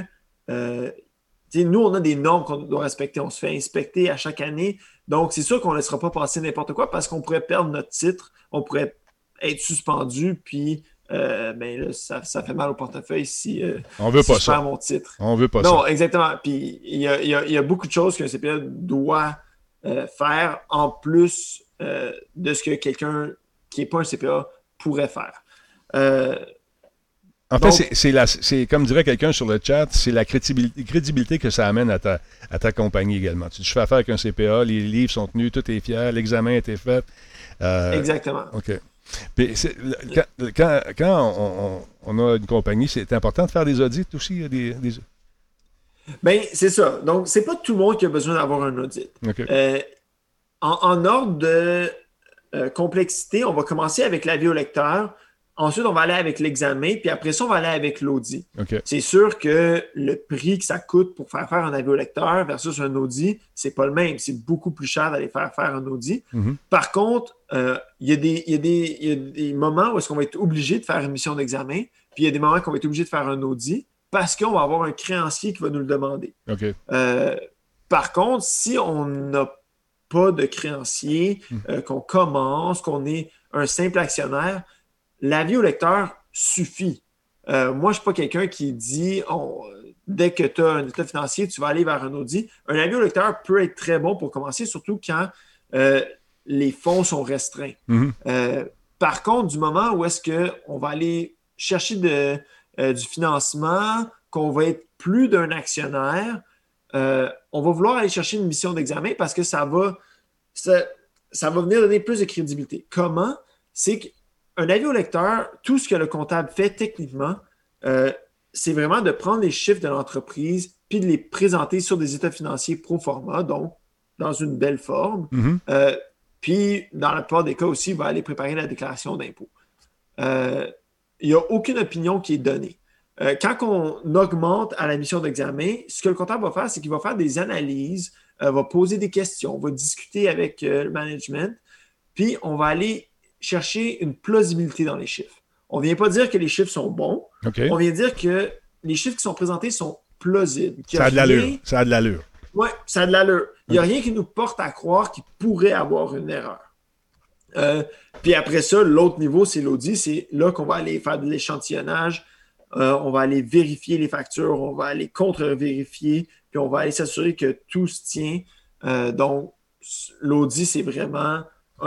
nous, on a des normes qu'on doit respecter. On se fait inspecter à chaque année. Donc, c'est sûr qu'on ne laissera pas passer n'importe quoi parce qu'on pourrait perdre notre titre, on pourrait être suspendu, puis ben là, ça fait mal au portefeuille si, on veut pas je perds mon titre. On veut pas ça. Non, exactement. Puis, il y a beaucoup de choses qu'un CPA doit faire en plus de ce que quelqu'un qui n'est pas un CPA pourrait faire. En fait, c'est comme dirait quelqu'un sur le chat, c'est la crédibilité que ça amène à ta compagnie également. Tu fais affaire avec un CPA, les livres sont tenus, tout est fier, l'examen a été fait. Exactement. OK. Puis quand on a une compagnie, c'est important de faire des audits aussi? Bien, c'est ça. Donc, c'est pas tout le monde qui a besoin d'avoir un audit. Okay. En ordre de complexité, on va commencer avec l'avis au lecteur. Ensuite, on va aller avec l'examen, puis après ça, on va aller avec l'audit. Okay. C'est sûr que le prix que ça coûte pour faire un avis au lecteur versus un audit, c'est pas le même. C'est beaucoup plus cher d'aller faire un audit. Par contre, il y a des moments où est-ce qu'on va être obligé de faire une mission d'examen, puis il y a des moments qu'on va être obligé de faire un audit parce qu'on va avoir un créancier qui va nous le demander. Okay. Par contre, si on n'a pas de créancier, qu'on commence, qu'on est un simple actionnaire, l'avis au lecteur suffit. Moi, je ne suis pas quelqu'un qui dit dès que tu as un état financier, tu vas aller vers un audit. Un avis au lecteur peut être très bon pour commencer, surtout quand les fonds sont restreints. Par contre, du moment où est-ce qu'on va aller chercher du financement, qu'on va être plus d'un actionnaire, on va vouloir aller chercher une mission d'examen parce que ça va venir donner plus de crédibilité. Comment? C'est que un avis au lecteur, tout ce que le comptable fait techniquement, c'est vraiment de prendre les chiffres de l'entreprise puis de les présenter sur des états financiers pro forma, donc dans une belle forme. Mm-hmm. Puis, dans la plupart des cas aussi, il va aller préparer la déclaration d'impôt. Il n'y a aucune opinion qui est donnée. Quand on augmente à la mission d'examen, ce que le comptable va faire, c'est qu'il va faire des analyses, va poser des questions, va discuter avec le management, puis on va aller chercher une plausibilité dans les chiffres. On ne vient pas dire que les chiffres sont bons. Okay. On vient dire que les chiffres qui sont présentés sont plausibles. Ça a de l'allure. Ça a de l'allure. Oui, ça a de l'allure. Il n'y a rien qui nous porte à croire qu'il pourrait avoir une erreur. Puis après ça, l'autre niveau, c'est l'audit. C'est là qu'on va aller faire de l'échantillonnage. On va aller vérifier les factures. On va aller contre-vérifier. Puis on va aller s'assurer que tout se tient. Donc, l'audit, c'est vraiment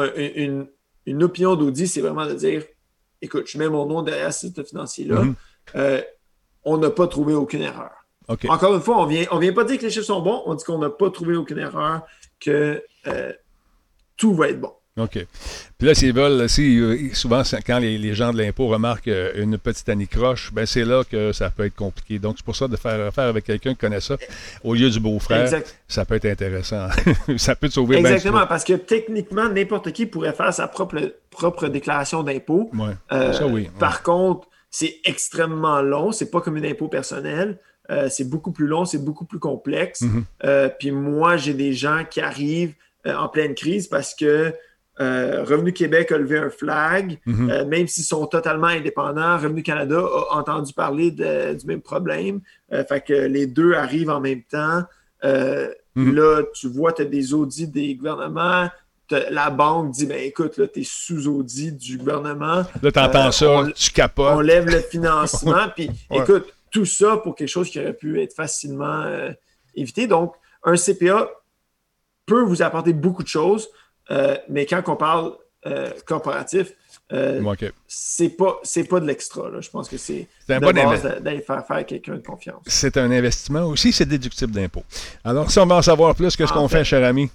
une opinion d'audit, c'est vraiment de dire, écoute, je mets mon nom derrière ce état financier-là. Mm-hmm. On n'a pas trouvé aucune erreur. Okay. Encore une fois, on vient pas dire que les chiffres sont bons, on dit qu'on n'a pas trouvé aucune erreur, que tout va être bon. OK. Puis là, s'ils veulent, souvent, quand les gens de l'impôt remarquent une petite anicroche, ben c'est là que ça peut être compliqué. Donc, c'est pour ça de faire affaire avec quelqu'un qui connaît ça, au lieu du beau-frère, ça peut être intéressant. Ça peut te sauver. Exactement, parce que techniquement, n'importe qui pourrait faire sa propre déclaration d'impôt. Ouais. Ça, oui. Par contre, c'est extrêmement long. C'est pas comme un impôt personnel. C'est beaucoup plus long, c'est beaucoup plus complexe. Mm-hmm. Puis moi, j'ai des gens qui arrivent en pleine crise parce que Revenu Québec a levé un flag, mm-hmm. Même s'ils sont totalement indépendants. Revenu Canada a entendu parler du même problème. Fait que les deux arrivent en même temps. Mm-hmm. Là, tu vois, tu as des audits des gouvernements. La banque dit, ben écoute, là, tu es sous-audit du gouvernement. Là, tu entends ça, tu capotes. On lève le financement. Puis écoute, tout ça pour quelque chose qui aurait pu être facilement évité. Donc, un CPA peut vous apporter beaucoup de choses. Mais quand on parle corporatif, c'est pas de l'extra. Là. Je pense que c'est un de bon base d'aller faire quelqu'un de confiance. C'est un investissement aussi, c'est déductible d'impôt. Alors, si on veut en savoir plus, qu'est-ce qu'on fait, cher ami?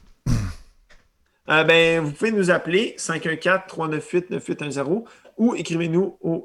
Vous pouvez nous appeler 514-398-9810 ou écrivez-nous au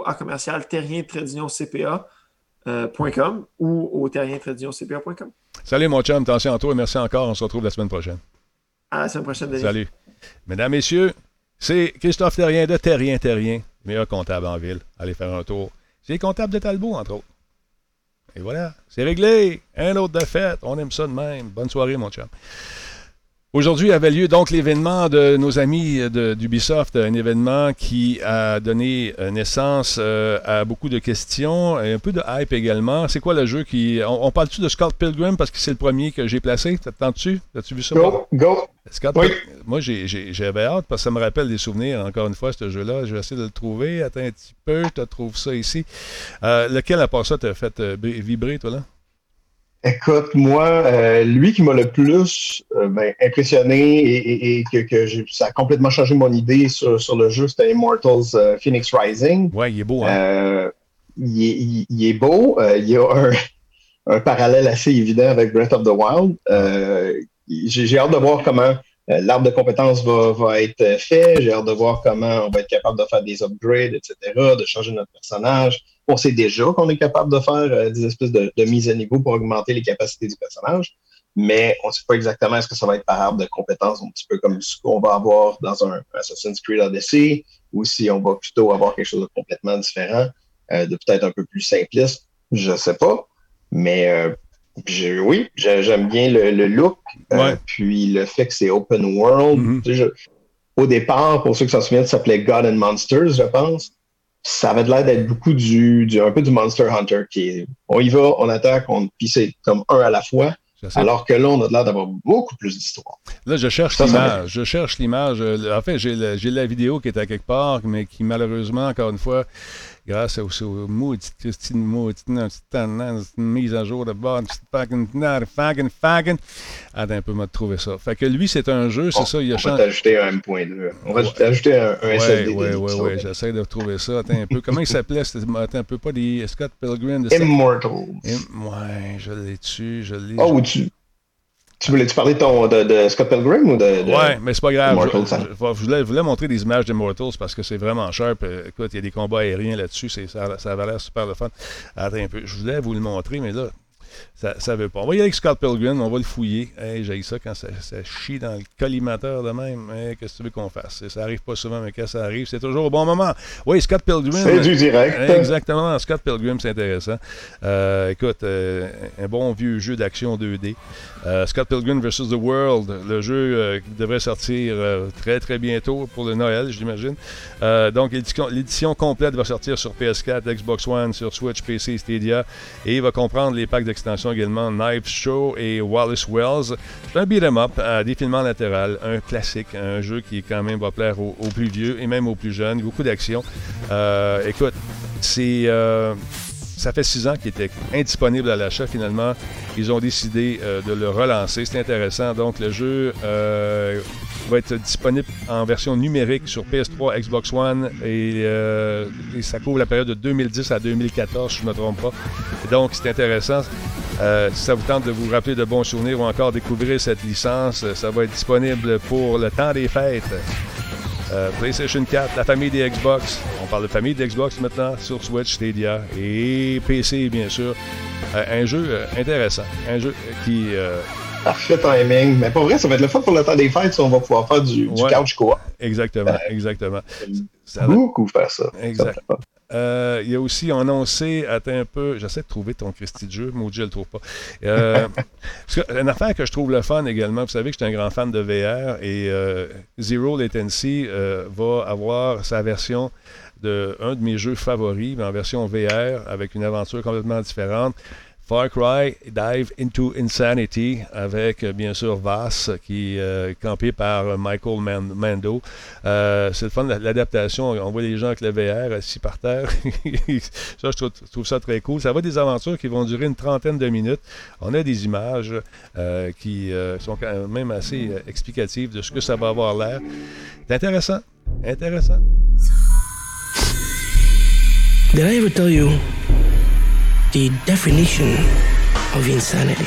info@terrien-cpa.com ou au terrien-cpa.com. Salut mon chum, attention à toi et merci encore. On se retrouve la semaine prochaine. À la semaine prochaine, Denis. Salut. Mesdames, messieurs, c'est Christophe Terrien de Terrien, meilleur comptable en ville. Allez faire un tour. C'est les comptables de Talbot, entre autres. Et voilà, c'est réglé. Un autre de fête. On aime ça de même. Bonne soirée, mon chum. Aujourd'hui avait lieu donc l'événement de nos amis d'Ubisoft, un événement qui a donné naissance à beaucoup de questions et un peu de hype également. C'est quoi le jeu qui... On parle-tu de Scott Pilgrim parce que c'est le premier que j'ai placé? T'attends-tu? As-tu vu ça? Go! Scott, oui. Moi, j'avais hâte parce que ça me rappelle des souvenirs, encore une fois, ce jeu-là. Je vais essayer de le trouver. Attends un petit peu, je te trouve ça ici. Lequel, à part ça, t'a fait vibrer, toi, là? Écoute, moi, lui qui m'a le plus impressionné et que ça a complètement changé mon idée sur le jeu, c'était Immortals Phoenix Rising. Ouais, il est beau, hein? Il est beau. Il y a un parallèle assez évident avec Breath of the Wild. J'ai hâte de voir comment l'arbre de compétences va être fait. J'ai hâte de voir comment on va être capable de faire des upgrades, etc., de changer notre personnage. On sait déjà qu'on est capable de faire des espèces de mise à niveau pour augmenter les capacités du personnage, mais on ne sait pas exactement est-ce que ça va être par arbre de compétences, un petit peu comme ce qu'on va avoir dans un Assassin's Creed Odyssey, ou si on va plutôt avoir quelque chose de complètement différent, de peut-être un peu plus simpliste, je ne sais pas. Mais j'aime bien le look, puis le fait que c'est open world. Mm-hmm. Au départ, pour ceux qui s'en souviennent, ça s'appelait God and Monsters, je pense. Ça avait l'air d'être beaucoup un peu du Monster Hunter, on y va, on attaque, puis c'est comme un à la fois. Alors que là, on a l'air d'avoir beaucoup plus d'histoire. Là, je cherche l'image. Je cherche l'image. En fait, j'ai la vidéo qui est à quelque part, mais qui, malheureusement, encore une fois, grâce aux maudites Christine, une petite mise à jour de bord, une petite fucking. Attends un peu, m'a trouvé ça. Fait que lui, c'est un jeu, c'est ça. On va t'ajouter un M.2. On va t'ajouter un SSD. Oui, j'essaie de retrouver ça. Attends un peu. Comment il s'appelait? Attends un peu, pas des Scott Pilgrim. Immortals. Ouais, je l'ai dessus. Oh, au-dessus. Tu voulais-tu parler de Scott Pilgrim ou de ouais, mais c'est pas grave. Je voulais montrer des images d'Immortals parce que c'est vraiment sharp. Écoute, il y a des combats aériens là-dessus. Ça avait l'air super le fun. Attends un peu. Je voulais vous le montrer, mais là, ça veut pas. On va y aller avec Scott Pilgrim, on va le fouiller. Hey, j'ai ça quand ça chie dans le collimateur de même. Hey, qu'est-ce que tu veux qu'on fasse? Ça arrive pas souvent, mais quand ça arrive, c'est toujours au bon moment. Oui, Scott Pilgrim. C'est du direct. Exactement. Scott Pilgrim, c'est intéressant. Écoute, un bon vieux jeu d'action 2D. Scott Pilgrim vs. The World, le jeu qui devrait sortir très très bientôt pour le Noël, j'imagine. Donc, l'édition complète va sortir sur PS4, Xbox One, sur Switch, PC, Stadia, et il va comprendre les packs d'extension également Knife Show et Wallace Wells. C'est un beat'em up à défilement latéral, un classique, un jeu qui quand même va plaire aux plus vieux et même aux plus jeunes. Beaucoup d'action. Écoute, ça fait 6 ans qu'il était indisponible à l'achat. Finalement, ils ont décidé de le relancer. C'est intéressant. Donc, le jeu va être disponible en version numérique sur PS3, Xbox One et ça couvre la période de 2010 à 2014, si je ne me trompe pas. Et donc, c'est intéressant. Si ça vous tente de vous rappeler de bons souvenirs ou encore découvrir cette licence, ça va être disponible pour le temps des fêtes. PlayStation 4, la famille des Xbox. On parle de famille des Xbox maintenant sur Switch, Stadia et PC, bien sûr. Un jeu intéressant. Un jeu qui... Parfait timing. Mais pour vrai, ça va être le fun pour le temps des fêtes si on va pouvoir faire du couch co-op. Exactement, exactement. Beaucoup faire ça. Exact. Il y a aussi annoncé, attends un peu, j'essaie de trouver ton Christy de jeu, maudit, je le trouve pas. Parce que, une affaire que je trouve le fun également, vous savez que je suis un grand fan de VR et Zero Latency va avoir sa version d'un de mes jeux favoris, mais en version VR, avec une aventure complètement différente. Far Cry Dive into Insanity avec, bien sûr, Vaas qui est campé par Michael Mando. C'est le fun de l'adaptation. On voit les gens avec le VR assis par terre. Ça, je trouve ça très cool. Ça va des aventures qui vont durer une trentaine de minutes. On a des images qui sont quand même assez explicatives de ce que ça va avoir l'air. C'est intéressant. Intéressant. Did I ever tell you the definition of insanity?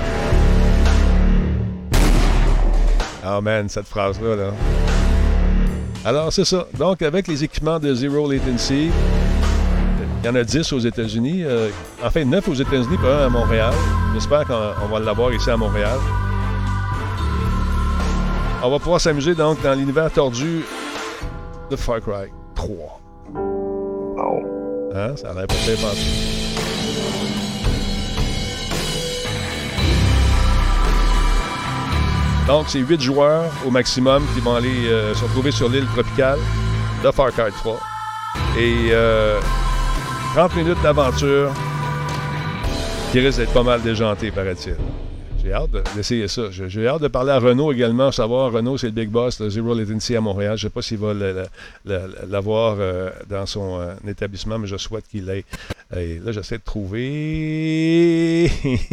Oh man, cette phrase-là, là. Alors, c'est ça. Donc, avec les équipements de Zero Latency, il y en a 10 aux États-Unis. Enfin, 9 aux États-Unis, puis 1 à Montréal. J'espère qu'on va l'avoir ici à Montréal. On va pouvoir s'amuser, donc, dans l'univers tordu de Far Cry 3. Oh. Hein? Ça a l'air pas très pensé. Donc, c'est 8 joueurs au maximum qui vont aller se retrouver sur l'île tropicale de Far Cry 3. Et 30 minutes d'aventure qui risque d'être pas mal déjanté, paraît-il. J'ai hâte d'essayer ça. J'ai hâte de parler à Renaud également, savoir, Renaud, c'est le big boss de Zero Latency à Montréal. Je ne sais pas s'il va l'avoir dans son établissement, mais je souhaite qu'il l'ait. Et là, j'essaie de trouver...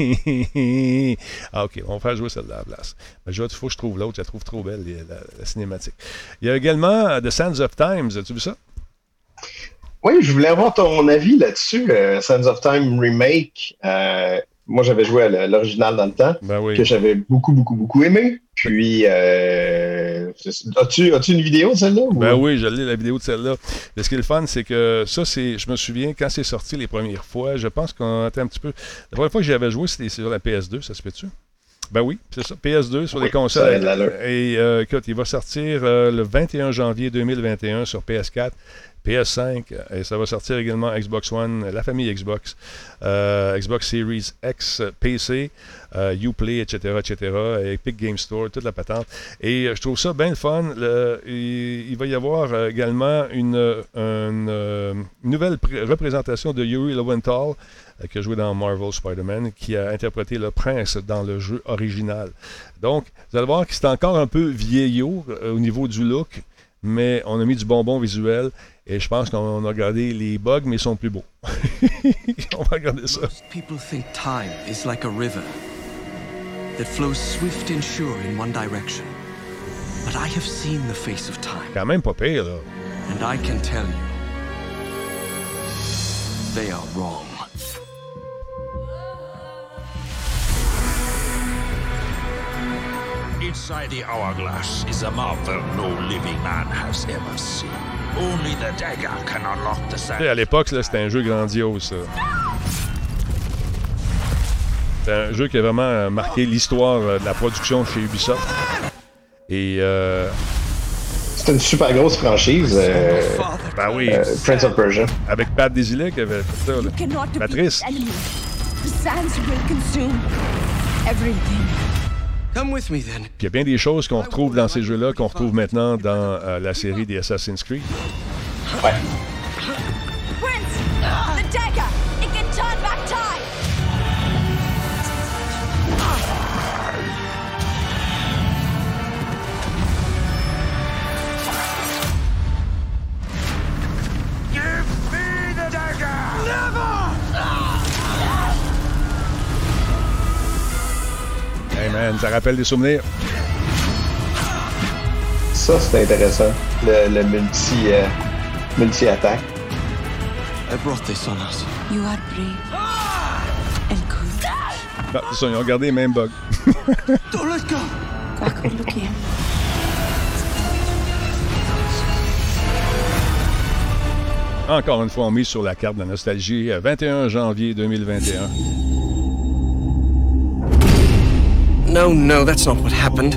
Ah, OK, on va faire jouer celle-là à la place. Mais il faut que je trouve l'autre, je la trouve trop belle, la cinématique. Il y a également The Sands of Time. As-tu vu ça? Oui, je voulais avoir ton avis là-dessus. Sands of Time Remake. Moi, j'avais joué à l'original dans le temps, que j'avais beaucoup aimé. Puis, as-tu une vidéo de celle-là? Ben oui, je l'ai, la vidéo de celle-là. Mais ce qui est le fun, c'est que ça, je me souviens, quand c'est sorti les premières fois, je pense qu'on était un petit peu... La première fois que j'avais joué, c'était sur la PS2, ça se fait-tu? Ben oui, c'est ça, PS2 sur les consoles. Et écoute, il va sortir le 21 janvier 2021 sur PS4. PS5, et ça va sortir également Xbox One, la famille Xbox, Xbox Series X, PC, Uplay, etc., Epic Game Store, toute la patente. Et je trouve ça bien le fun. Il va y avoir également une nouvelle représentation de Yuri Lowenthal, qui a joué dans Marvel Spider-Man, qui a interprété le prince dans le jeu original. Donc, vous allez voir que c'est encore un peu vieillot au niveau du look, mais on a mis du bonbon visuel et je pense qu'on a regardé les bugs, mais ils sont plus beaux. On va regarder ça. Most people think time is like a river that flows swift and sure in one direction. But I have seen the face of time. Quand même pas pire, là. And I can tell you, they are wrong. Inside the hourglass is a marvel no living man has ever seen. Only the dagger can unlock the sand. À l'époque, là, c'était un jeu grandiose, ça. C'est un jeu qui a vraiment marqué l'histoire de la production chez Ubisoft. Et c'est une super grosse franchise. Ben oui. Prince of Persia. Avec Pat Desilets qui avait fait ça. Là. Patrice. The sands will consume everything. Come with me then. Puis il y a bien des choses qu'on retrouve dans ces jeux-là qu'on retrouve maintenant dans la série des Assassin's Creed. Ouais. Prince, the dagger, it can turn back time. Hey man, ça rappelle des souvenirs. Ça, c'est intéressant. Le multi-attaque. I brought this on us. You are brave and good. Non, c'est ça, ils ont gardé les mêmes bugs. Don't let go! Backward looking. Encore une fois, on mise sur la carte de la nostalgie. 21 janvier 2021. No, that's not what happened.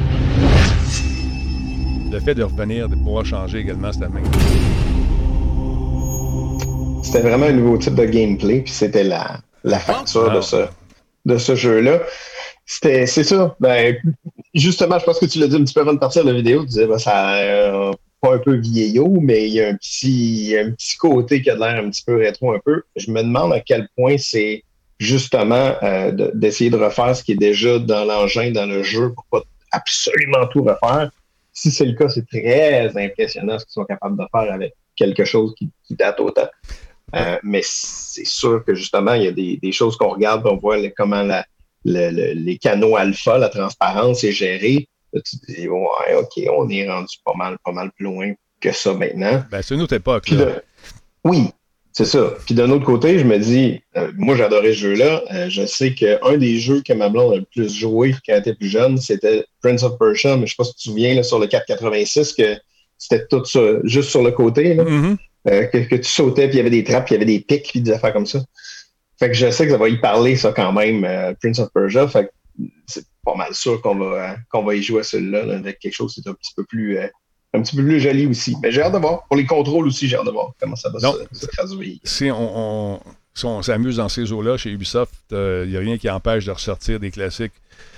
Le fait de revenir, de pouvoir changer également, c'était même. C'était vraiment un nouveau type de gameplay, puis c'était la facture de ce jeu-là. C'est ça. Ben, justement, je pense que tu l'as dit un petit peu avant de partir de la vidéo. Tu disais, ben, ça pas un peu vieillot, mais il y a un petit côté qui a l'air un petit peu rétro un peu. Je me demande à quel point c'est justement d'essayer de refaire ce qui est déjà dans l'engin, dans le jeu, pour pas absolument tout refaire. Si c'est le cas, c'est très impressionnant ce qu'ils sont capables de faire avec quelque chose qui date autant. Mais c'est sûr que justement, il y a des choses qu'on regarde, on voit comment les canaux alpha, la transparence est gérée. Là, tu te dis, ouais, OK, on est rendu pas mal plus loin que ça maintenant. Ben, c'est une autre époque. Là. Oui, c'est ça. Puis d'un autre côté, je me dis, moi, j'adorais ce jeu-là. Je sais qu'un des jeux que ma blonde a le plus joué quand elle était plus jeune, c'était Prince of Persia. Mais je sais pas si tu te souviens, là, sur le 486, que c'était tout ça, juste sur le côté, là, que tu sautais, puis il y avait des trappes, puis il y avait des pics, puis des affaires comme ça. Fait que je sais que ça va y parler, ça, quand même, Prince of Persia. Fait que c'est pas mal sûr qu'on va y jouer à celui-là, là, avec quelque chose qui est un petit peu plus joli aussi. Mais j'ai hâte de voir. Pour les contrôles aussi, j'ai hâte de voir comment ça va se traduire. Si on s'amuse dans ces eaux-là, chez Ubisoft, il n'y a rien qui empêche de ressortir des classiques,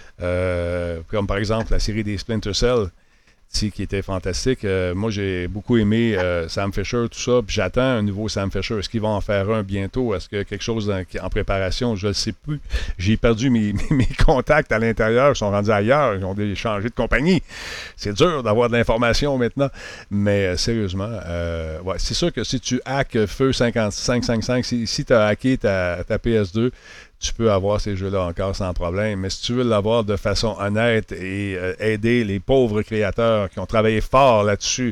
comme par exemple la série des Splinter Cell, qui était fantastique. Moi, j'ai beaucoup aimé Sam Fisher, tout ça, puis j'attends un nouveau Sam Fisher. Est-ce qu'ils vont en faire un bientôt? Est-ce que quelque chose en préparation? Je ne sais plus. J'ai perdu mes contacts à l'intérieur. Ils sont rendus ailleurs. Ils ont changé de compagnie. C'est dur d'avoir de l'information maintenant. Mais sérieusement, ouais, c'est sûr que si tu hackes Feu 5555, si tu as hacké ta PS2, tu peux avoir ces jeux-là encore sans problème. Mais si tu veux l'avoir de façon honnête et aider les pauvres créateurs qui ont travaillé fort là-dessus,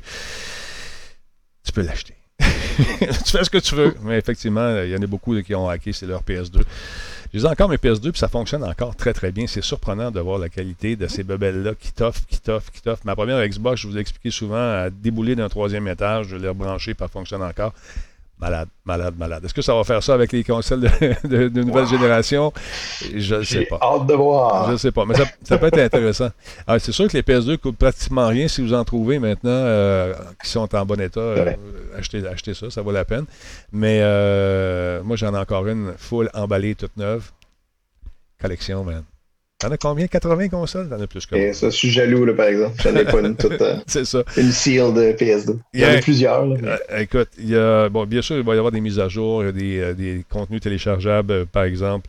tu peux l'acheter. Tu fais ce que tu veux. Mais effectivement, il y en a beaucoup qui ont hacké, c'est leur PS2. J'ai encore mes PS2, puis ça fonctionne encore très, très bien. C'est surprenant de voir la qualité de ces bebelles-là qui toffent. Ma première Xbox, je vous ai expliqué souvent, a déboulé d'un 3e étage. Je l'ai rebranché, puis elle fonctionne encore. Malade. Est-ce que ça va faire ça avec les consoles de nouvelle génération? Je ne sais pas. J'ai hâte de voir. Je ne sais pas, mais ça peut être intéressant. Alors, c'est sûr que les PS2 ne coûtent pratiquement rien si vous en trouvez maintenant qui sont en bon état. Achetez ça vaut la peine. Mais moi, j'en ai encore une full emballée, toute neuve. Collection, man. T'en as combien? 80 consoles? T'en as plus que moi. Ça, je suis jaloux, là, par exemple. J'en ai pas une toute. C'est ça. Une seal de PS2. Il y en a plusieurs. Là, écoute, bien sûr, il va y avoir des mises à jour, il y a des contenus téléchargeables, par exemple.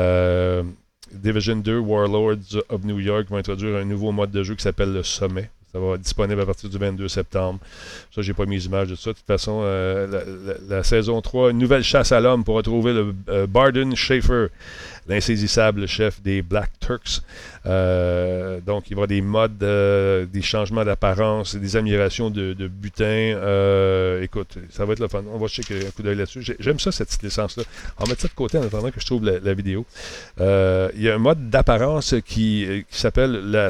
Division 2, Warlords of New York va introduire un nouveau mode de jeu qui s'appelle le Sommet. Ça va être disponible à partir du 22 septembre. Ça, j'ai pas mis les images de ça. De toute façon, la saison 3, une nouvelle chasse à l'homme pour retrouver le Barden Schaefer, l'insaisissable chef des Black Turks. Donc, il va y avoir des modes, des changements d'apparence, des améliorations de butin. Écoute, ça va être le fun. On va checker un coup d'œil là-dessus. J'aime ça, cette petite licence-là. On va mettre ça de côté en attendant que je trouve la vidéo. Il y a un mode d'apparence qui s'appelle la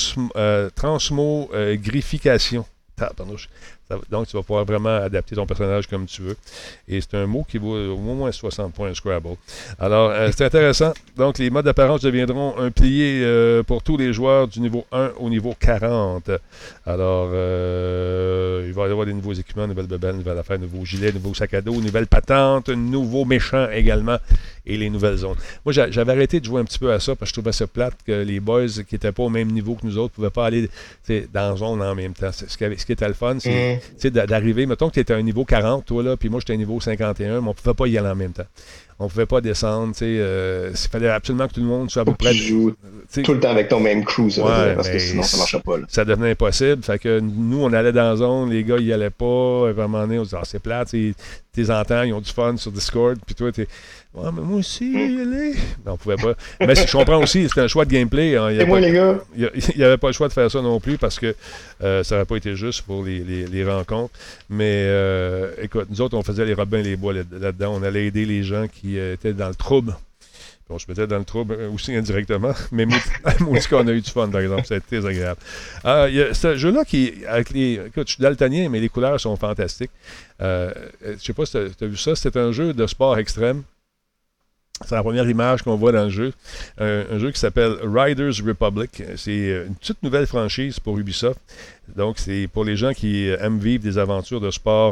transmogrification. Donc, tu vas pouvoir vraiment adapter ton personnage comme tu veux. Et c'est un mot qui vaut au moins 60 points Scrabble. Alors, c'est intéressant. Donc, les modes d'apparence deviendront un pilier pour tous les joueurs du niveau 1 au niveau 40. Alors, il va y avoir des nouveaux équipements, nouvelles bebelles, nouvelles affaires, nouveaux gilets, nouveaux sacs à dos, nouvelles patentes, nouveaux méchants également et les nouvelles zones. Moi, j'avais arrêté de jouer un petit peu à ça parce que je trouvais ça plate que les boys qui n'étaient pas au même niveau que nous autres ne pouvaient pas aller dans la zone en même temps. Ce qui était le fun, c'est d'arriver, mettons que tu étais à un niveau 40, toi, là, puis moi, j'étais à un niveau 51, mais on ne pouvait pas y aller en même temps. On ne pouvait pas descendre, il fallait absolument que tout le monde soit à peu près... Tu joues tout le temps avec ton même crew, parce que sinon, ça ne marchait pas. Là. Ça devenait impossible. Fait que nous, on allait dans la zone, les gars, ils n'y allaient pas. À un moment donné, on se disait, c'est plate, tes entends, ils ont du fun sur Discord, puis toi, t'es... Ouais, mais moi aussi, y aller. Non, on pouvait pas. Mais je comprends aussi, c'était un choix de gameplay. Hein, les gars. Il n'y avait pas le choix de faire ça non plus parce que ça n'aurait pas été juste pour les rencontres. Mais écoute, nous autres, on faisait les Robins et les Bois là-dedans. On allait aider les gens qui étaient dans le trouble. Bon, je me mettais dans le trouble aussi indirectement, mais moi aussi qu'on a eu du fun, par exemple. C'était très agréable. Il y a ce jeu-là qui, avec écoute, je suis daltonien, mais les couleurs sont fantastiques. Je sais pas si tu as vu ça. C'était un jeu de sport extrême. C'est la première image qu'on voit dans le jeu. Un jeu qui s'appelle Riders Republic. C'est une toute nouvelle franchise pour Ubisoft. Donc, c'est pour les gens qui aiment vivre des aventures de sport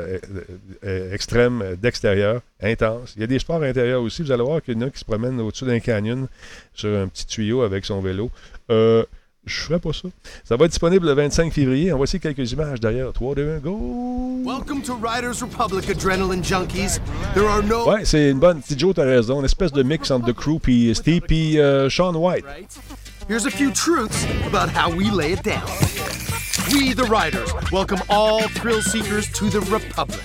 extrêmes, d'extérieur, intenses. Il y a des sports intérieurs aussi. Vous allez voir qu'il y en a qui se promènent au-dessus d'un canyon sur un petit tuyau avec son vélo. Je ferais pas ça. Ça va être disponible le 25 février. On va essayer quelques images d'ailleurs. 3, 2, 1, go! Welcome to Riders Republic, Adrenaline Junkies. There are no... Ouais, c'est une bonne. Petit Joe, t'as raison. Une espèce de mix entre The Crew puis Steve puis Sean White. Here's a few truths about how we lay it down. We, the Riders, welcome all thrill seekers to the Republic.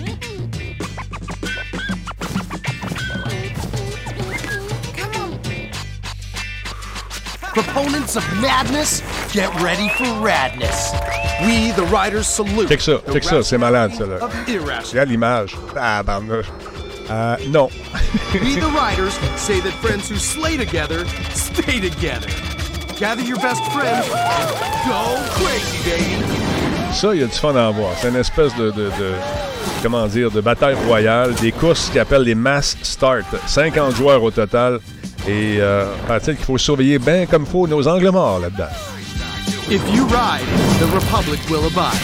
Proponents of madness, get ready for radness. We, the Riders, salute. Check ça, c'est malade, ça, là. Regarde l'image. Ah, barnouche. Non. We, the Riders, say that friends who slay together, stay together. Gather your best friends and go crazy, baby. Ça, il y a du fun à en voir. C'est une espèce de comment dire, de bataille royale, des courses qu'ils appellent les Mass Start. 50 joueurs au total. Et paraît-il qu'il faut surveiller bien comme il faut nos angles morts là-dedans. If you ride, the Republic will abide.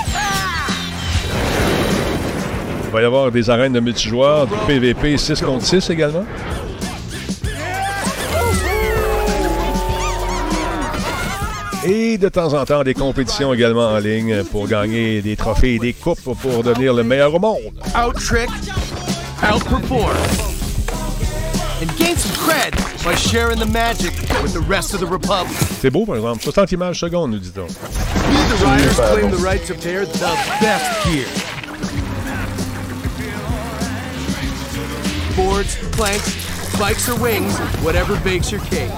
Il va y avoir des arènes de multijoueurs, du PVP 6 contre 6 également. Et de temps en temps, des compétitions également en ligne pour gagner des trophées et des coupes pour devenir le meilleur au monde. Out-trick, out-perform. And gain some cred by sharing the magic with the rest of the Republic. C'est beau, par exemple. 60 images secondes, nous dit-on. We, the Riders, claim the right to pair the best gear. Boards, planks, spikes or wings, whatever bakes your cake.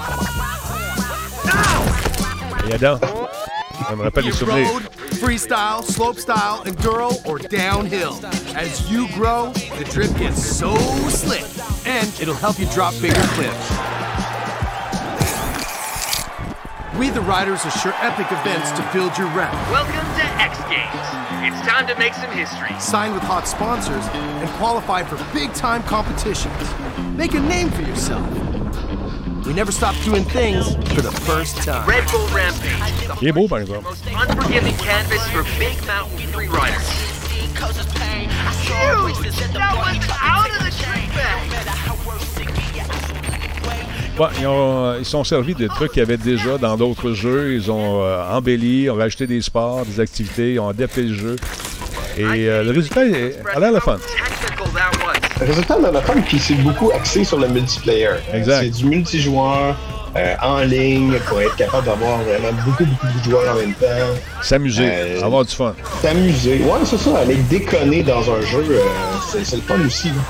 Et Adam, ça me rappelle les souvenirs. Road, freestyle, slopestyle, enduro, or downhill. As you grow, the drip gets so slick, and it'll help you drop bigger cliffs. We, the Riders, assure epic events to build your rep. Welcome to X Games. It's time to make some history. Sign with hot sponsors and qualify for big-time competitions. Make a name for yourself. We never stop doing things for the first time. Red Bull Rampage. Il est beau, par exemple. Most unforgiving canvas for big mountain free riders. Huge! That was out of the trick bag! Ouais, ils sont servis de trucs qu'il y avait déjà dans d'autres jeux. Ils ont embelli, ont rajouté des sports, des activités, ils ont adapté le jeu. Et le résultat a l'air le fun. Le résultat a l'air le fun, puis c'est beaucoup axé sur le multiplayer. Exact. C'est du multijoueur. en ligne pour être capable d'avoir vraiment beaucoup de joueurs en même temps. S'amuser, avoir du fun. S'amuser. Ouais, c'est ça. Aller déconner dans un jeu, c'est le fun aussi. Là.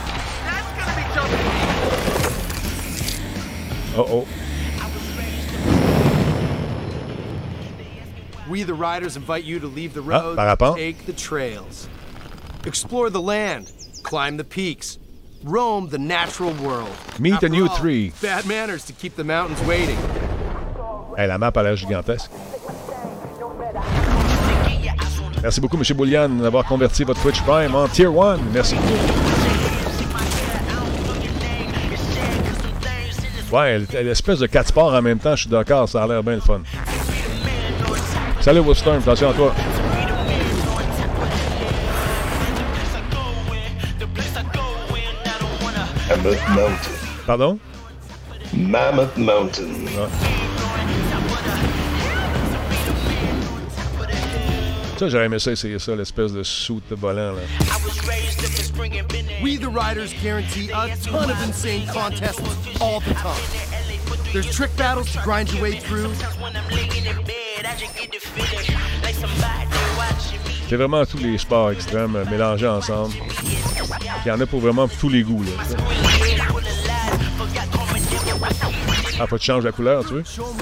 Oh. We, the riders, invite you to leave the road, take the trails, explore the land, climb the peaks, roam the natural world. Meet a new tree. Bad manners to keep the mountains waiting. Hey, la map a l'air gigantesque. Merci beaucoup, M. Boulian, d'avoir converti votre Twitch Prime en Tier 1. Merci beaucoup. Ouais, l'espèce de 4 sports en même temps, je suis d'accord, ça a l'air bien le fun. Salut Wolfstorm, attention à toi. Mammoth Mountain. Pardon? Mammoth Mountain. Ah. Ça, j'aurais aimé ça essayer ça, l'espèce de suit de volant, là. We, the riders, guarantee a ton of insane contests all the time. There's trick battles to grind your way through. C'est vraiment tous les sports extrêmes mélangés ensemble. Il y en a pour vraiment tous les goûts, là. Ah, faut que tu changes la couleur, tu veux?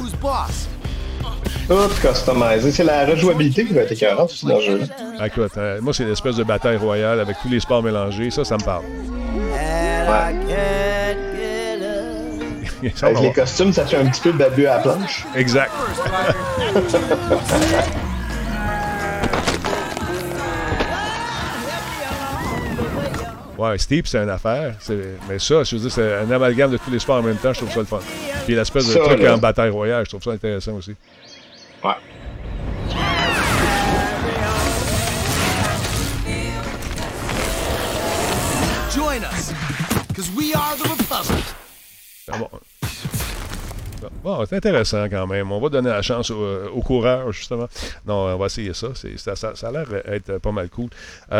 Tout customisé. C'est la rejouabilité qui va être écœurante aussi dans le jeu. Écoute, moi, c'est l'espèce de bataille royale avec tous les sports mélangés. Ça me parle. Avec les costumes, ça fait un petit peu de babu à la planche. Exact. Ouais, Steep, c'est une affaire. Mais ça, je veux dire, c'est un amalgame de tous les sports en même temps. Je trouve ça le fun. Puis l'espèce de truc en bataille royale, je trouve ça intéressant aussi. Ouais. Join us, because we are the Republic. Ah bon, c'est intéressant quand même. On va donner la chance aux coureurs, justement. Non, on va essayer ça. Ça a l'air d'être pas mal cool.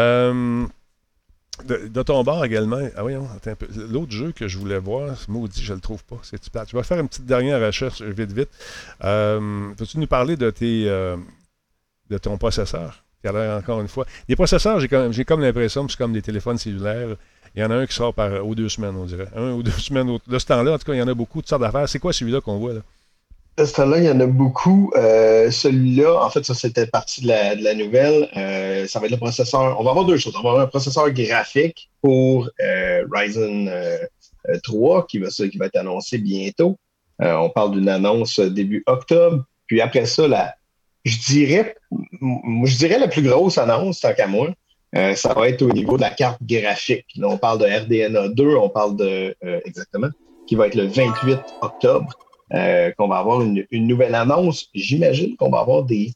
De ton bord également, voyons, attends un peu. L'autre jeu que je voulais voir, maudit, je le trouve pas. C'est plate. Je vais faire une petite dernière recherche vite. Peux-tu nous parler de ton processeur? Qui a l'air encore une fois. Les processeurs, j'ai comme l'impression que c'est comme des téléphones cellulaires. Il y en a un qui sort aux 2 semaines, on dirait. 1 ou 2 semaines. De ce temps-là, en tout cas, il y en a beaucoup, toutes sortes d'affaires. C'est quoi celui-là qu'on voit, là? De ce temps-là, il y en a beaucoup. Celui-là, en fait, ça, c'était partie de la nouvelle. Ça va être le processeur. On va avoir 2 choses. On va avoir un processeur graphique pour Ryzen 3 qui va être annoncé bientôt. On parle d'une annonce début octobre. Puis après ça, je dirais la plus grosse annonce, tant qu'à moi, ça va être au niveau de la carte graphique. Là, on parle de RDNA 2, on parle exactement, qui va être le 28 octobre. Qu'on va avoir une nouvelle annonce. J'imagine qu'on va avoir des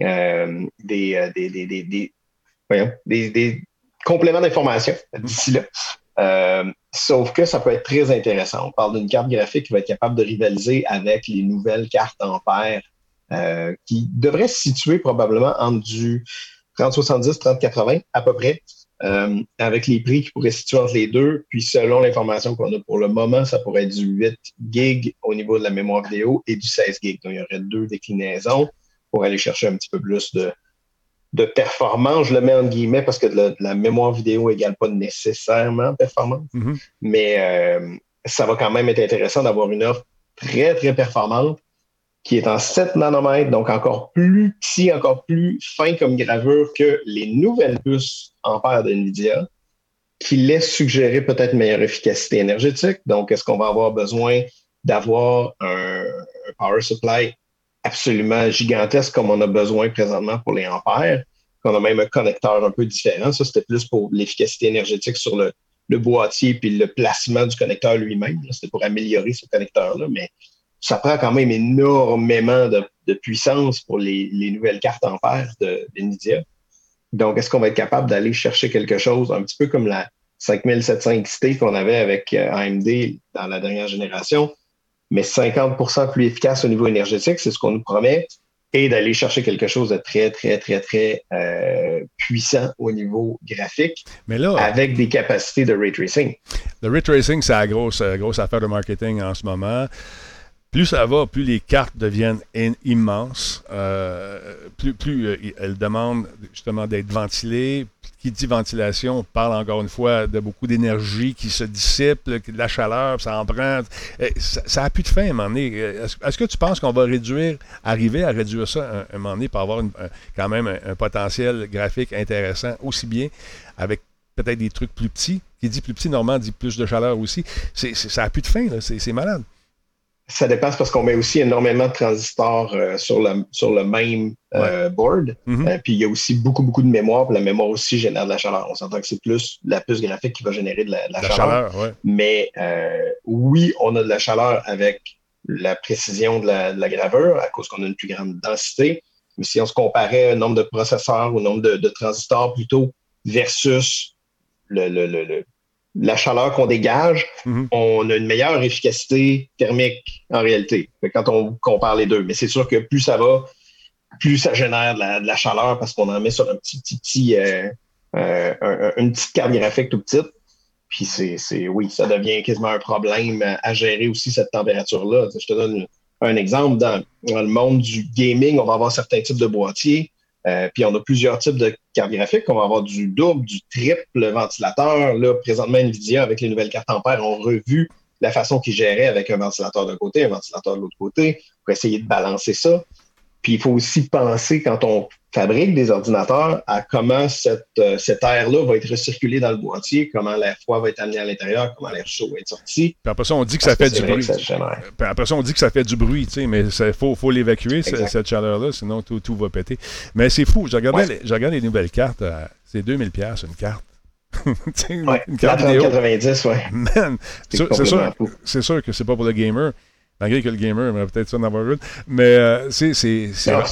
compléments d'information d'ici là. Sauf que ça peut être très intéressant. On parle d'une carte graphique qui va être capable de rivaliser avec les nouvelles cartes Ampère qui devraient se situer probablement entre du 3070, 3080 à peu près. Avec les prix qui pourraient se situer entre les deux. Puis selon l'information qu'on a pour le moment, ça pourrait être du 8 GB au niveau de la mémoire vidéo et du 16 GB. Donc, il y aurait 2 déclinaisons pour aller chercher un petit peu plus de performance. Je le mets en guillemets parce que la mémoire vidéo n'égale pas nécessairement performance. Mm-hmm. Mais ça va quand même être intéressant d'avoir une offre très, très performante qui est en 7 nanomètres, donc encore plus petit, encore plus fin comme gravure que les nouvelles puces Ampère de NVIDIA, qui laissent suggérer peut-être une meilleure efficacité énergétique. Donc, est-ce qu'on va avoir besoin d'avoir un power supply absolument gigantesque comme on a besoin présentement pour les Ampères, qu'on a même un connecteur un peu différent. Ça, c'était plus pour l'efficacité énergétique sur le boîtier puis le placement du connecteur lui-même. C'était pour améliorer ce connecteur-là, mais ça prend quand même énormément de puissance pour les nouvelles cartes Ampère de NVIDIA. Donc, est-ce qu'on va être capable d'aller chercher quelque chose un petit peu comme la 5700 XT qu'on avait avec AMD dans la dernière génération, mais 50% plus efficace au niveau énergétique, c'est ce qu'on nous promet, et d'aller chercher quelque chose de très, très, très, très puissant au niveau graphique, mais là, avec des capacités de ray tracing. Le ray tracing, c'est la grosse affaire de marketing en ce moment. plus ça va, plus les cartes deviennent immenses, plus elles demandent justement d'être ventilées. Qui dit ventilation parle encore une fois de beaucoup d'énergie qui se dissipe, de la chaleur, ça en prend. Ça n'a plus de fin à un moment donné. Est-ce que tu penses qu'on va arriver à réduire ça un moment donné pour avoir quand même un potentiel graphique intéressant aussi bien avec peut-être des trucs plus petits? Qui dit plus petit, normalement, dit plus de chaleur aussi. Ça n'a plus de fin, là. C'est malade. Ça dépasse parce qu'on met aussi énormément de transistors sur le même board. Mm-hmm. Puis il y a aussi beaucoup de mémoire. Puis la mémoire aussi génère de la chaleur. On s'entend que c'est plus la puce graphique qui va générer de la chaleur. Ouais. Mais oui, on a de la chaleur avec la précision de la gravure à cause qu'on a une plus grande densité. Mais si on se comparait au nombre de processeurs ou au nombre de transistors plutôt versus la chaleur qu'on dégage, on a une meilleure efficacité thermique en réalité quand on compare les deux. Mais c'est sûr que plus ça va, plus ça génère de la chaleur parce qu'on en met sur une petite carte graphique tout petite. Puis oui, ça devient quasiment un problème à gérer aussi cette température-là. Je te donne un exemple. Dans le monde du gaming, on va avoir certains types de boîtiers. Puis on a plusieurs types de cartes graphiques. On va avoir du double, du triple ventilateur. Là, présentement, NVIDIA, avec les nouvelles cartes Ampère, ont revu la façon qu'ils géraient avec un ventilateur d'un côté, un ventilateur de l'autre côté, pour essayer de balancer ça. Puis il faut aussi penser, quand on fabrique des ordinateurs, à comment cet air-là va être recirculé dans le boîtier, comment l'air froid va être amené à l'intérieur, comment l'air chaud va être sorti. Puis après ça, on dit que ça fait du bruit. Puis après ça, on dit que ça fait du bruit, tu sais, mais il faut l'évacuer, cette chaleur-là, sinon tout va péter. Mais c'est fou. Je regarde les nouvelles cartes. C'est 2000$ une carte. Une carte vidéo. 3090, ouais. Man, c'est sûr que c'est pas pour le gamer. Malgré que le gamer aimerait peut-être ça en avoir une. Mais c'est sûr.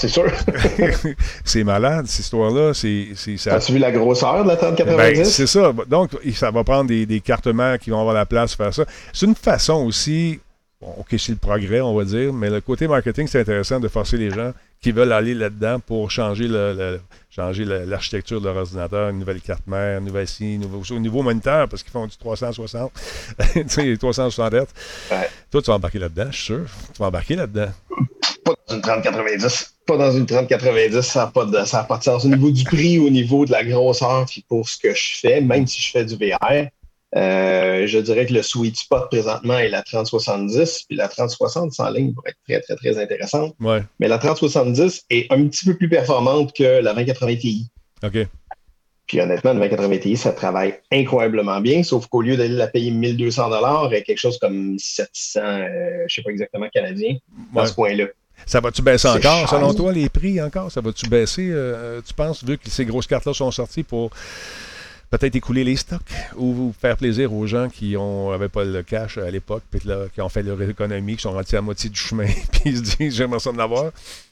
C'est malade, cette histoire-là. As-tu vu la grosseur de la 3090? Ben, c'est ça. Donc, ça va prendre des cartes mères qui vont avoir la place pour faire ça. C'est une façon aussi, OK, c'est le progrès, on va dire, mais le côté marketing, c'est intéressant de forcer les gens qui veulent aller là-dedans pour changer l'architecture de leur ordinateur, une nouvelle carte mère, une nouvelle nouveau moniteur, parce qu'ils font du 360, tu sais, 360 Hz. Ouais. Toi, tu vas embarquer là-dedans, je suis sûr. Tu vas embarquer là-dedans. Pas dans une 3090. Pas dans une 3090, ça n'a pas de sens. Au niveau du prix, au niveau de la grosseur, puis pour ce que je fais, même si je fais du VR, je dirais que le sweet spot présentement est la 3070, puis la 3060 en ligne pourrait être très, très, très intéressante. Ouais. Mais la 3070 est un petit peu plus performante que la 2080 Ti. OK. Puis honnêtement, la 2080 Ti, ça travaille incroyablement bien, sauf qu'au lieu d'aller la payer 1200$, elle est quelque chose comme 700, je ne sais pas exactement canadien, dans ce point-là. Ça va-tu baisser encore, selon toi, les prix encore? Ça va-tu baisser, tu penses, vu que ces grosses cartes-là sont sorties pour peut-être écouler les stocks ou faire plaisir aux gens qui n'avaient pas le cash à l'époque, puis là, qui ont fait leur économie, qui sont rendus à moitié du chemin, puis ils se disent « j'aimerais ça en avoir ».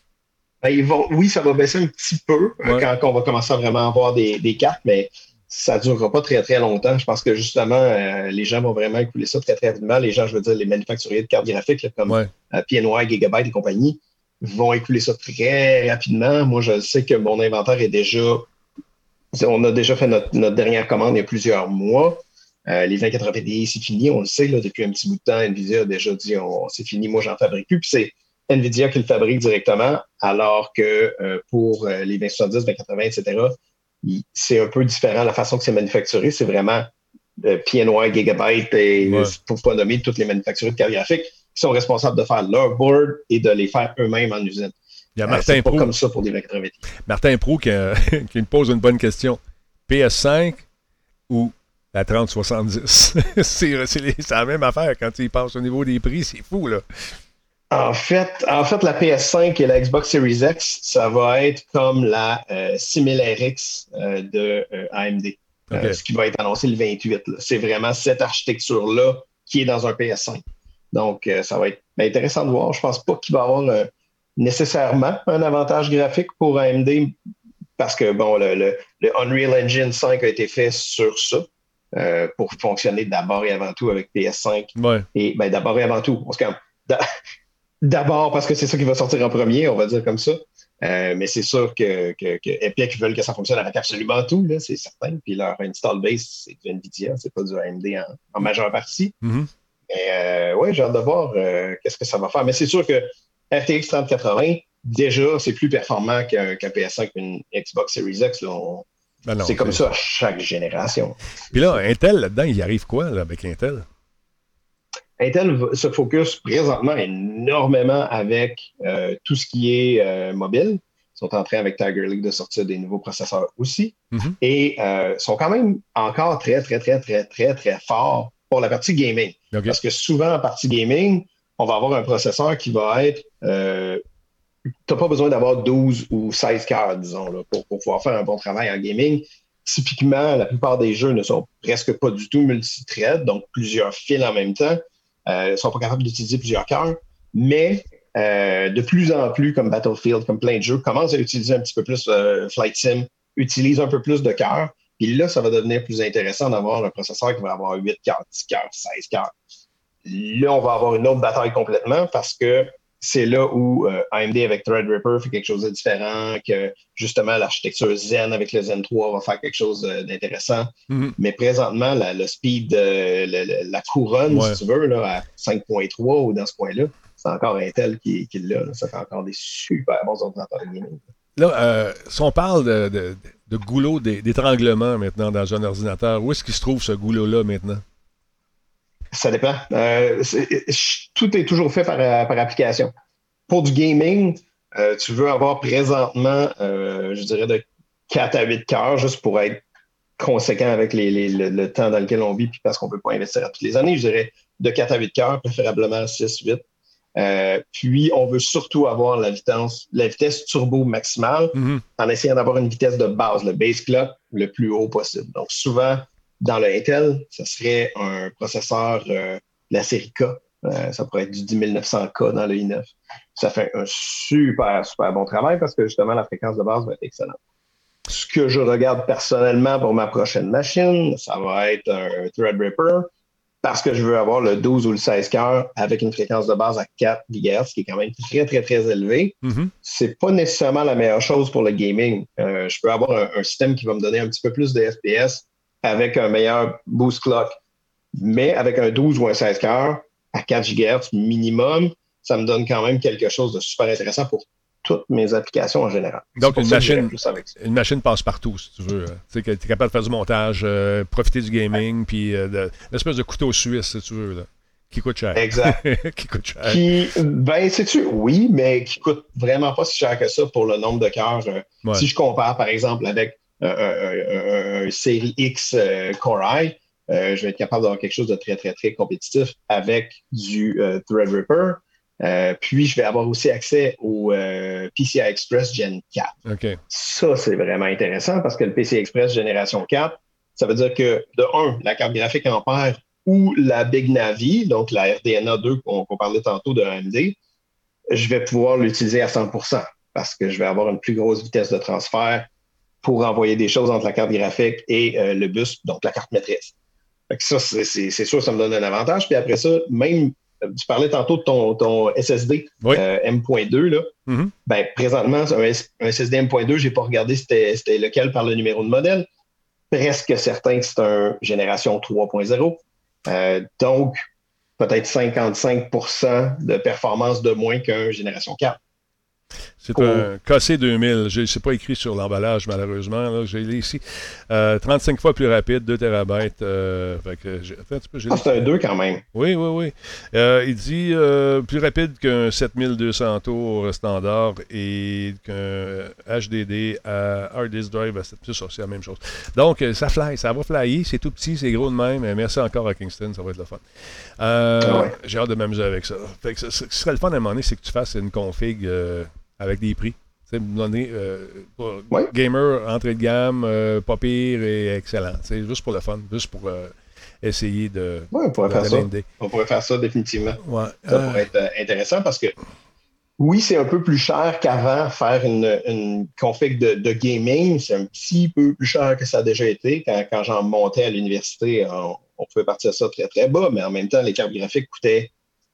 Oui, ça va baisser un petit peu quand on va commencer à vraiment avoir des cartes, mais ça ne durera pas très, très longtemps. Je pense que justement, les gens vont vraiment écouler ça très, très rapidement. Les gens, je veux dire, les manufacturiers de cartes graphiques, là, comme PNY, Gigabyte et compagnie, vont écouler ça très rapidement. Moi, je sais que mon inventaire est déjà... On a déjà fait notre dernière commande il y a plusieurs mois. Les 2080 Ti, c'est fini. On le sait, là, depuis un petit bout de temps, NVIDIA a déjà dit c'est fini, moi, j'en fabrique plus. Puis c'est NVIDIA qui le fabrique directement, alors que pour les 2070, 2080, etc., c'est un peu différent la façon que c'est manufacturé. C'est vraiment PNY, Gigabyte et, pour pas nommer, toutes les manufacturiers de cartes graphiques qui sont responsables de faire leur board et de les faire eux-mêmes en usine. Il y a Martin Proulx. Pas comme ça pour des 2080 Ti. Martin Proulx qui me pose une bonne question. PS5 ou la 3070? c'est la même affaire quand il passe au niveau des prix. C'est fou, là. En fait, la PS5 et la Xbox Series X, ça va être comme la 6000RX de AMD. Okay. Ce qui va être annoncé le 28. Là. C'est vraiment cette architecture-là qui est dans un PS5. Donc, ça va être intéressant de voir. Je pense pas qu'il va y avoir nécessairement un avantage graphique pour AMD parce que, bon, le Unreal Engine 5 a été fait sur ça pour fonctionner d'abord et avant tout avec PS5. Ouais. Et d'abord et avant tout. D'abord parce que c'est ça qui va sortir en premier, on va dire comme ça. Mais c'est sûr que Epic veulent que ça fonctionne avec absolument tout, là, c'est certain. Puis leur install base, c'est du NVIDIA, c'est pas du AMD en majeure partie. Mm-hmm. Mais oui, j'ai hâte de voir qu'est-ce que ça va faire. Mais c'est sûr que RTX 3080, déjà, c'est plus performant qu'un PS5 ou une Xbox Series X. Non, c'est comme ça à chaque génération. Puis là, Intel, là-dedans, il arrive quoi là, avec Intel? Intel se focus présentement énormément avec tout ce qui est mobile. Ils sont en train avec Tiger Lake de sortir des nouveaux processeurs aussi. Mm-hmm. Et sont quand même encore très, très, très, très, très, très forts pour la partie gaming. Okay. Parce que souvent, en partie gaming, on va avoir un processeur qui va être... tu n'as pas besoin d'avoir 12 ou 16 cœurs, disons, là, pour pouvoir faire un bon travail en gaming. Typiquement, la plupart des jeux ne sont presque pas du tout multithread, donc plusieurs fils en même temps. Ils ne sont pas capables d'utiliser plusieurs cœurs, mais de plus en plus, comme Battlefield, comme plein de jeux, commencent à utiliser un petit peu plus Flight Sim, utilisent un peu plus de cœurs, puis là, ça va devenir plus intéressant d'avoir un processeur qui va avoir 8 cœurs, 10 cœurs, 16 cœurs. Là, on va avoir une autre bataille complètement parce que c'est là où AMD avec Threadripper fait quelque chose de différent, que justement l'architecture Zen avec le Zen 3 va faire quelque chose d'intéressant. Mm-hmm. Mais présentement, le speed, la couronne, si tu veux, là, à 5.3 ou dans ce point-là, c'est encore Intel qui l'a. Là. Ça fait encore des super bons ordinateurs de gaming. Là, si on parle de goulot d'étranglement maintenant dans un ordinateur, où est-ce qu'il se trouve ce goulot-là maintenant? Ça dépend. Tout est toujours fait par application. Pour du gaming, tu veux avoir présentement, je dirais, de 4 à 8 cœurs, juste pour être conséquent avec le temps dans lequel on vit, puis parce qu'on ne peut pas investir à toutes les années. Je dirais de 4 à 8 cœurs, préférablement 6-8. Puis, on veut surtout avoir la vitesse turbo maximale en essayant d'avoir une vitesse de base, le base clock, le plus haut possible. Donc, souvent, dans le Intel, ça serait un processeur de la série K. Ça pourrait être du 10900K dans le i9. Ça fait un super, super bon travail parce que justement, la fréquence de base va être excellente. Ce que je regarde personnellement pour ma prochaine machine, ça va être un Threadripper parce que je veux avoir le 12 ou le 16 cœurs avec une fréquence de base à 4 GHz, qui est quand même très, très, très élevée. Mm-hmm. C'est pas nécessairement la meilleure chose pour le gaming. Je peux avoir un système qui va me donner un petit peu plus de FPS avec un meilleur boost clock. Mais avec un 12 ou un 16 cœurs à 4 GHz minimum, ça me donne quand même quelque chose de super intéressant pour toutes mes applications en général. Donc, une machine passe partout, si tu veux. Tu es capable de faire du montage, profiter du gaming, puis l'espèce de couteau suisse, si tu veux, là, qui coûte cher. Exact. Qui coûte cher. Sais-tu, oui, mais qui coûte vraiment pas si cher que ça pour le nombre de cœurs. Ouais. Si je compare, par exemple, avec un série X Core i, je vais être capable d'avoir quelque chose de très, très, très compétitif avec du Threadripper. Puis, je vais avoir aussi accès au PCI Express Gen 4. Okay. Ça, c'est vraiment intéressant parce que le PCI Express Génération 4, ça veut dire que, de 1, la carte graphique Ampère ou la Big Navi, donc la RDNA 2 qu'on parlait tantôt de AMD, je vais pouvoir l'utiliser à 100% parce que je vais avoir une plus grosse vitesse de transfert pour envoyer des choses entre la carte graphique et le bus, donc la carte maîtresse. Fait que ça, c'est sûr, ça me donne un avantage. Puis après ça, même, tu parlais tantôt de ton SSD M.2, là. Mm-hmm. Ben, présentement, un SSD M.2, je n'ai pas regardé c'était lequel par le numéro de modèle. Presque certain que c'est un génération 3.0. Donc, peut-être 55% de performance de moins qu'un génération 4. C'est un KC2000. Je ne sais pas écrit sur l'emballage, malheureusement. Là, j'ai ici. 35 fois plus rapide, 2 TB. C'est un 2 quand même. Oui. Il dit plus rapide qu'un 7200 tours standard et qu'un HDD à hard disk drive. C'est ça, c'est la même chose. Donc, ça va flyer. C'est tout petit, c'est gros de même. Merci encore à Kingston, ça va être le fun. J'ai hâte de m'amuser avec ça. Fait que ce qui serait le fun à un moment donné, c'est que tu fasses une config avec des prix. Tu sais, me donner gamer, entrée de gamme, pas pire et excellent. C'est juste pour le fun, juste pour essayer de. Oui, on pourrait faire ça. On pourrait faire ça définitivement. Ouais. Ça pourrait être intéressant parce que oui, c'est un peu plus cher qu'avant faire une config de gaming. C'est un petit peu plus cher que ça a déjà été. Quand j'en montais à l'université, on pouvait partir ça très, très bas, mais en même temps, les cartes graphiques coûtaient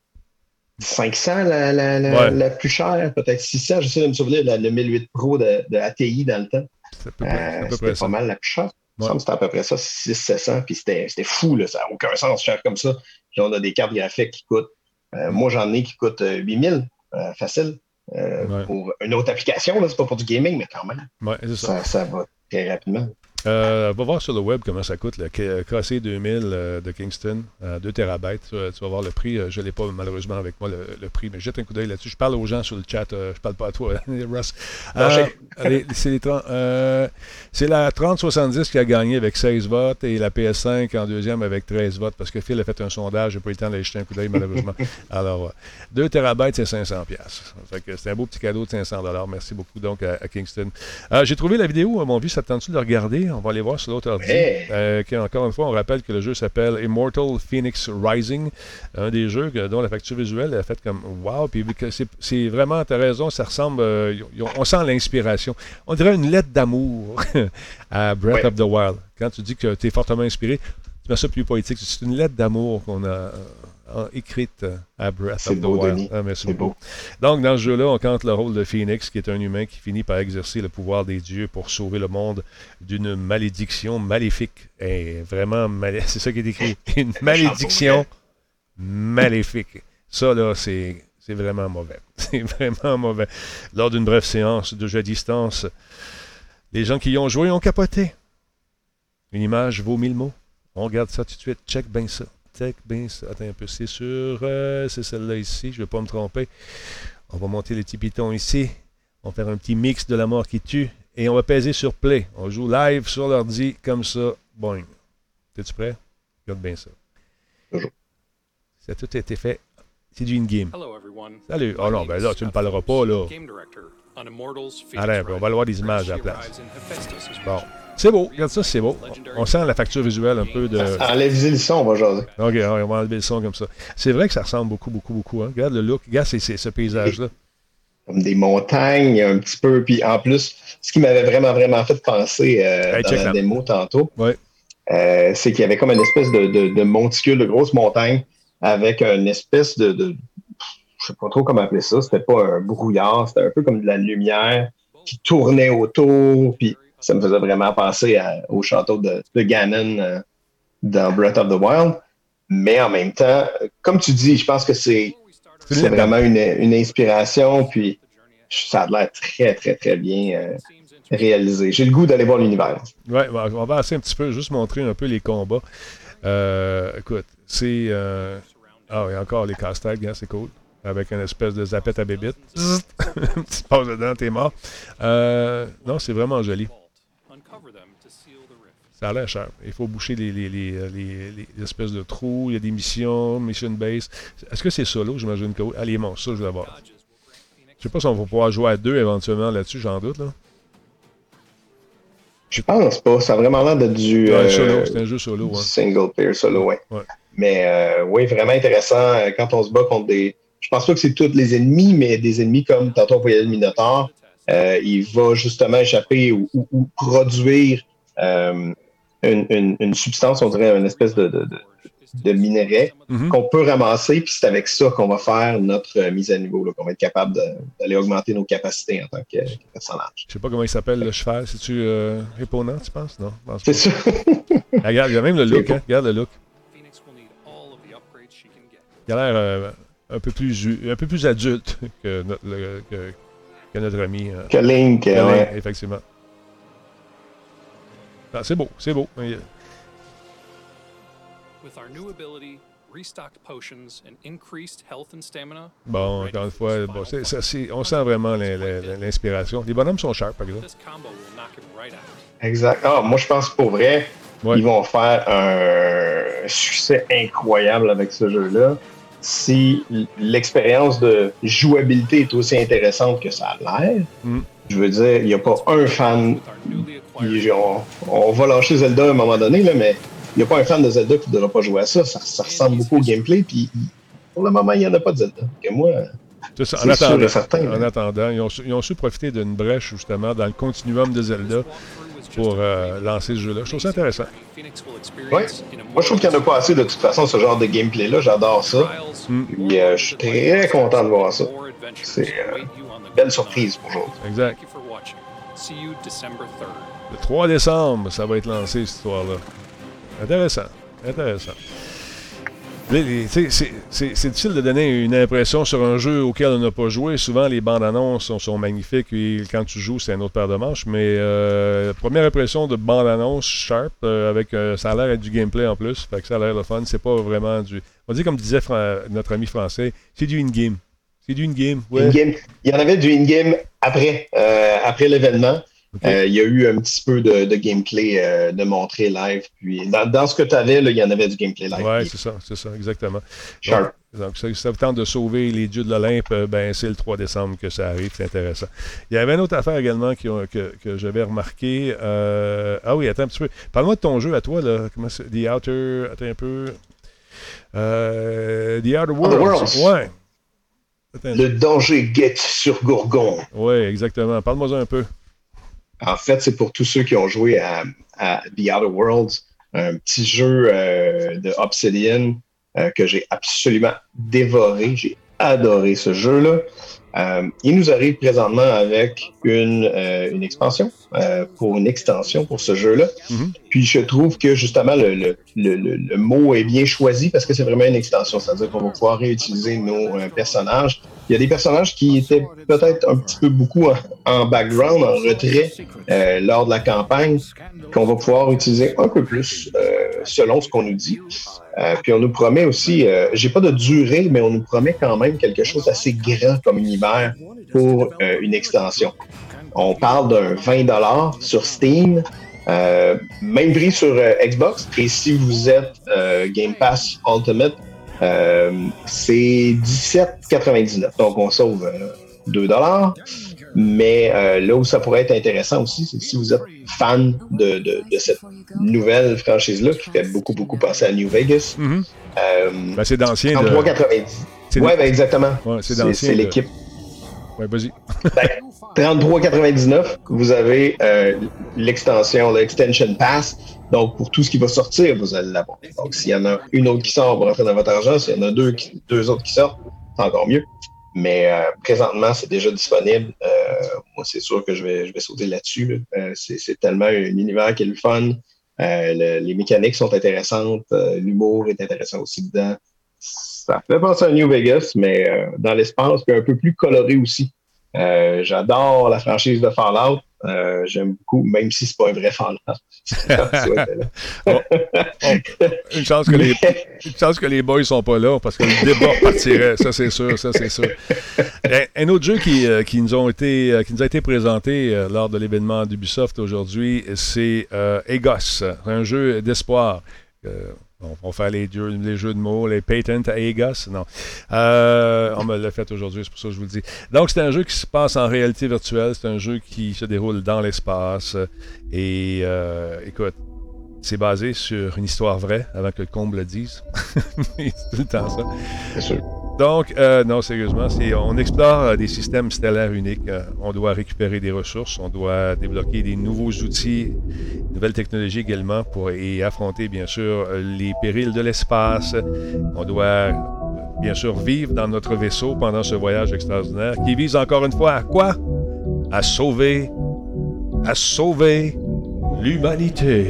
500 la plus chère, peut-être 600. J'essaie de me souvenir le 1008 Pro de ATI dans le temps. C'était pas mal la plus chère. Il me semble que c'était à peu près ça, 600-700, puis c'était fou, là, ça n'a aucun sens, cher comme ça. Puis on a des cartes graphiques qui coûtent, moi j'en ai qui coûtent 8000, facile, pour une autre application, là, c'est pas pour du gaming, mais quand même, ça va très rapidement. Va voir sur le web comment ça coûte, le KC2000 de Kingston, 2 TB. Tu vas voir le prix. Je ne l'ai pas malheureusement avec moi, le prix, mais jette un coup d'œil là-dessus. Je parle aux gens sur le chat, je parle pas à toi, Russ. C'est la 3070 qui a gagné avec 16 votes et la PS5 en deuxième avec 13 votes parce que Phil a fait un sondage, j'ai pas eu le temps d'aller jeter un coup d'œil malheureusement. Alors, 2 TB, c'est 500$. C'est un beau petit cadeau de 500$. Merci beaucoup donc à Kingston. J'ai trouvé la vidéo, mon vieux, ça te tente-tu de le regarder? On va aller voir sur l'autre ordi. Encore une fois, on rappelle que le jeu s'appelle Immortal Phoenix Rising, un des jeux dont la facture visuelle est faite comme wow. Puis c'est vraiment, tu as raison, ça ressemble, on sent l'inspiration. On dirait une lettre d'amour à Breath of the Wild. Quand tu dis que tu es fortement inspiré, tu mets ça plus poétique. C'est une lettre d'amour qu'on a écrite à Breath of the Wild. Merci beaucoup. Donc, dans ce jeu-là, on compte le rôle de Phoenix, qui est un humain qui finit par exercer le pouvoir des dieux pour sauver le monde d'une malédiction maléfique. Et vraiment, c'est ça qui est écrit. Une malédiction maléfique. Ça, là, c'est vraiment mauvais. C'est vraiment mauvais. Lors d'une brève séance de jeu à distance, les gens qui y ont joué ont capoté. Une image vaut 1000 mots. On regarde ça tout de suite. Check bien ça. Attends un peu, c'est sûr, c'est celle-là ici, je ne vais pas me tromper. On va monter le petit piton ici, on va faire un petit mix de la mort qui tue, et on va peser sur play. On joue live sur l'ordi, comme ça, boing. T'es-tu prêt? Regarde bien ça. Bonjour. Ça a tout été fait, c'est du in-game. Salut. Oh non, ben là, tu ne me parleras pas, là. Allez, on va aller voir des images à la place. Bon. C'est beau, regarde ça, c'est beau. On sent la facture visuelle un peu de... Enlève-y le son, on va jaser. OK, on va enlever le son comme ça. C'est vrai que ça ressemble beaucoup. Hein. Regarde le look, regarde c'est ce paysage-là. Comme des montagnes, un petit peu. Puis en plus, ce qui m'avait vraiment fait penser dans la démo tantôt, c'est qu'il y avait comme une espèce de monticule, de grosse montagne, avec une espèce de je sais pas trop comment appeler ça, c'était pas un brouillard, c'était un peu comme de la lumière qui tournait autour, puis ça me faisait vraiment penser au château de Ganon dans Breath of the Wild. Mais en même temps, comme tu dis, je pense que c'est vraiment une inspiration, puis ça a l'air très bien réalisé. J'ai le goût d'aller voir l'univers. Oui, on va passer un petit peu, juste montrer un peu les combats. Écoute, c'est... il y a encore les casse-têtes, hein, c'est cool. Avec une espèce de zapette à bébite. Tu passes dedans, t'es mort. Non, c'est vraiment joli. Ça a l'air cher. Il faut boucher les espèces de trous. Il y a des missions, mission base. Est-ce que c'est solo? J'imagine que oui. Allez, bon, ça, je vais voir. Je sais pas si on va pouvoir jouer à 2 éventuellement là-dessus, j'en doute, là. Je pense pas. Ça a vraiment l'air de du... solo, c'est un jeu solo. Single player solo, ouais. Mais oui, vraiment intéressant quand on se bat contre des... Je pense pas que c'est tous les ennemis, mais des ennemis comme, tantôt on voyait le Minotaur, il va justement échapper ou produire une substance, on dirait une espèce de minerai qu'on peut ramasser, puis c'est avec ça qu'on va faire notre mise à niveau, là, qu'on va être capable d'aller augmenter nos capacités en tant que personnage. Je sais pas comment il s'appelle le cheval. C'est-tu Épona, tu penses? Non, je pense pas. C'est ça. Regarde, il y a même le look, hein? Regarde le look. Il a l'air un peu plus adulte que notre ami. Que Link, ouais. Effectivement. Ah, c'est beau, c'est beau. Bon, encore une fois, on sent vraiment l'inspiration. Les bonhommes sont chers, par exemple. Exact. Moi, je pense pour vrai, ils vont faire un succès incroyable avec ce jeu-là. Si l'expérience de jouabilité est aussi intéressante que ça a l'air, je veux dire, il n'y a pas un fan. On va lâcher Zelda à un moment donné, là, mais il n'y a pas un fan de Zelda qui ne devra pas jouer à ça. Ça ressemble beaucoup au gameplay, puis pour le moment, il n'y en a pas de Zelda. Que moi, en attendant, ils ont su profiter d'une brèche, justement, dans le continuum de Zelda pour lancer ce jeu-là. Je trouve ça intéressant. Oui. Moi, je trouve qu'il n'y en a pas assez, de toute façon, ce genre de gameplay-là. J'adore ça. Puis, je suis très content de voir ça. C'est une belle surprise pour aujourd'hui. Exact. See you December 3rd. Le 3 décembre, ça va être lancé, cette histoire-là. Intéressant. C'est difficile de donner une impression sur un jeu auquel on n'a pas joué. Souvent, les bandes annonces sont magnifiques et quand tu joues, c'est une autre paire de manches. Mais première impression de bande annonce sharp, avec ça a l'air d'être du gameplay en plus. Fait que ça a l'air le fun. C'est pas vraiment du... On dit comme disait notre ami français, c'est du in-game. C'est du in-game. Ouais. In-game. Il y en avait du in-game après l'événement. Okay. Il y a eu un petit peu de gameplay de montrer live. Puis dans ce que tu avais, il y en avait du gameplay live. Oui, c'est ça, exactement. Sharp. Donc, si ça vous tente de sauver les dieux de l'Olympe, c'est le 3 décembre que ça arrive, c'est intéressant. Il y avait une autre affaire également que j'avais remarqué. Ah oui, attends un petit peu. Parle-moi de ton jeu à toi, là. Comment c'est? The Outer... Attends un peu. The Outer Worlds. Ouais. Le danger guette sur Gorgon. Oui, exactement. Parle-moi un peu. En fait, c'est pour tous ceux qui ont joué à The Outer Worlds, un petit jeu de Obsidian que j'ai absolument dévoré. J'ai adoré ce jeu-là. Il nous arrive présentement avec une expansion, pour une extension pour ce jeu-là. Mm-hmm. Puis je trouve que justement le mot est bien choisi parce que c'est vraiment une extension. C'est-à-dire qu'on va pouvoir réutiliser nos personnages. Il y a des personnages qui étaient peut-être un petit peu beaucoup en background, en retrait lors de la campagne, qu'on va pouvoir utiliser un peu plus selon ce qu'on nous dit. Puis on nous promet aussi, j'ai pas de durée, mais on nous promet quand même quelque chose d'assez grand comme univers pour une extension. On parle d'un 20$ sur Steam, même prix sur Xbox, et si vous êtes Game Pass Ultimate, c'est 17,99$. Donc on sauve 2$. Mais là où ça pourrait être intéressant aussi, c'est si vous êtes fan de cette nouvelle franchise-là, qui fait beaucoup penser à New Vegas. Mm-hmm. C'est d'ancien. 33,90$. Oui, exactement. Ouais, c'est l'équipe. Oui, vas-y. 33,99$, vous avez l'extension, l'Extension Pass. Donc, pour tout ce qui va sortir, vous allez l'avoir. Donc, s'il y en a une autre qui sort, vous rentrez dans votre argent. S'il y en a deux autres qui sortent, c'est encore mieux. Mais présentement, c'est déjà disponible. Moi, c'est sûr que je vais sauter là-dessus. C'est tellement un univers qui est le fun. Les mécaniques sont intéressantes. L'humour est intéressant aussi dedans. Ça fait penser à New Vegas, mais dans l'espace, puis un peu plus coloré aussi. J'adore la franchise de Fallout. J'aime beaucoup, même si c'est pas un vrai Fallout. Une chance que les boys sont pas là, parce que le débat partirait, ça c'est sûr. Un autre jeu qui nous a été présenté lors de l'événement d'Ubisoft aujourd'hui, c'est Aegos, un jeu d'espoir. On va faire les jeux de mots, les patents à Aegos. Non. On me l'a fait aujourd'hui, c'est pour ça que je vous le dis. Donc, c'est un jeu qui se passe en réalité virtuelle. C'est un jeu qui se déroule dans l'espace. Et écoute, c'est basé sur une histoire vraie, avant que le comble le dise. C'est tout le temps ça. C'est sûr. Donc, non, sérieusement, on explore des systèmes stellaires uniques. On doit récupérer des ressources, on doit débloquer des nouveaux outils, nouvelles technologies également et affronter, bien sûr, les périls de l'espace. On doit, bien sûr, vivre dans notre vaisseau pendant ce voyage extraordinaire qui vise encore une fois à quoi? À sauver l'humanité.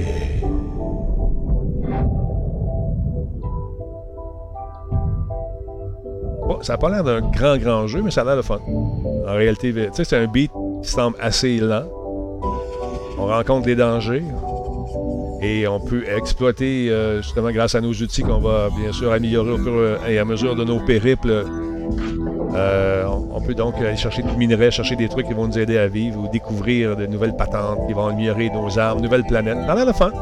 Bon, ça n'a pas l'air d'un grand jeu, mais ça a l'air de fun. En réalité, tu sais, c'est un beat qui semble assez lent. On rencontre des dangers et on peut exploiter, justement, grâce à nos outils qu'on va, bien sûr, améliorer au fur et à mesure de nos périples. On peut donc aller chercher du minerai, chercher des trucs qui vont nous aider à vivre ou découvrir de nouvelles patentes qui vont améliorer nos armes, nouvelles planètes. Ça a l'air de fun.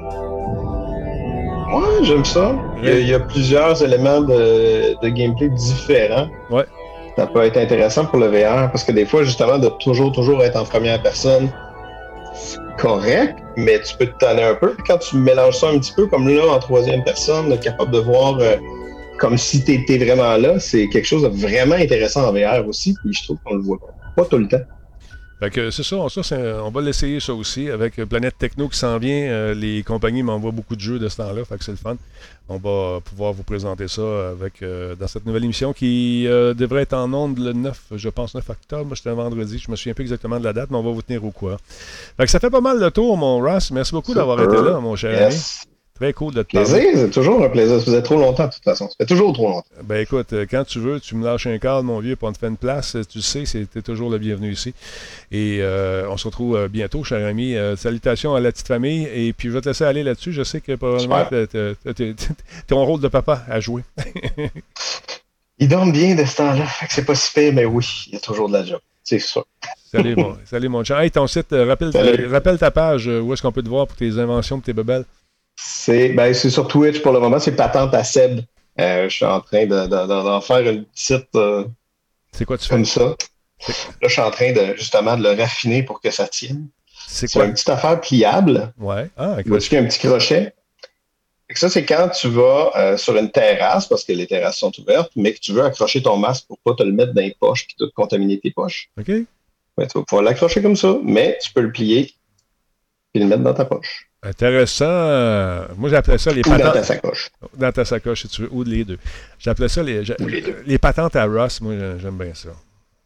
Ouais, j'aime ça. Il y a plusieurs éléments de gameplay différents. Ouais. Ça peut être intéressant pour le VR parce que des fois, justement, de toujours être en première personne, c'est correct, mais tu peux te tanner un peu. Puis quand tu mélanges ça un petit peu, comme là, en troisième personne, d'être capable de voir comme si tu étais vraiment là, c'est quelque chose de vraiment intéressant en VR aussi. Puis je trouve qu'on le voit pas tout le temps. Fait que c'est ça, on va l'essayer ça aussi avec Planète Techno qui s'en vient. Les compagnies m'envoient beaucoup de jeux de ce temps-là, fait que c'est le fun. On va pouvoir vous présenter ça dans cette nouvelle émission qui devrait être en ondes le 9 octobre. Moi, c'était un vendredi. Je me souviens plus exactement de la date, mais on va vous tenir au courant. Fait que ça fait pas mal le tour, mon Ross. Merci beaucoup d'avoir été là, mon cher ami. Très cool de te parler. Plaisir, c'est toujours un plaisir. Ça faisait trop longtemps, de toute façon. Ça fait toujours trop longtemps. Ben écoute, quand tu veux, tu me lâches un cadre, mon vieux, pour te faire une place. Tu sais, t'es toujours le bienvenu ici. Et on se retrouve bientôt, cher ami. Salutations à la petite famille. Et puis, je vais te laisser aller là-dessus. Je sais que probablement ton rôle de papa à jouer. Ils dorment bien de ce temps-là. Fait que c'est pas si pire, mais oui, il y a toujours de la job. C'est sûr. Salut, mon chat. Hey, ton site, rappelle ta page. Où est-ce qu'on peut te voir pour tes inventions, pour tes bebelles? C'est sur Twitch pour le moment, c'est Patente à Seb. Je suis en train d'en faire une petite c'est quoi tu comme fais? Ça. Là, je suis en train justement de le raffiner pour que ça tienne. C'est quoi? Une petite affaire pliable. Ouais. Ah, écoute. Vois-tu qu'il y a un petit crochet? Et ça, c'est quand tu vas sur une terrasse, parce que les terrasses sont ouvertes, mais que tu veux accrocher ton masque pour pas te le mettre dans les poches puis tout contaminer tes poches. OK. Ouais, tu vas pouvoir l'accrocher comme ça, mais tu peux le plier et le mettre dans ta poche. Intéressant. Moi, j'appelais ça les patentes. Dans ta sacoche. Dans ta sacoche, si tu veux, ou les deux. J'appelais ça les patentes à Ross. Moi, j'aime bien ça.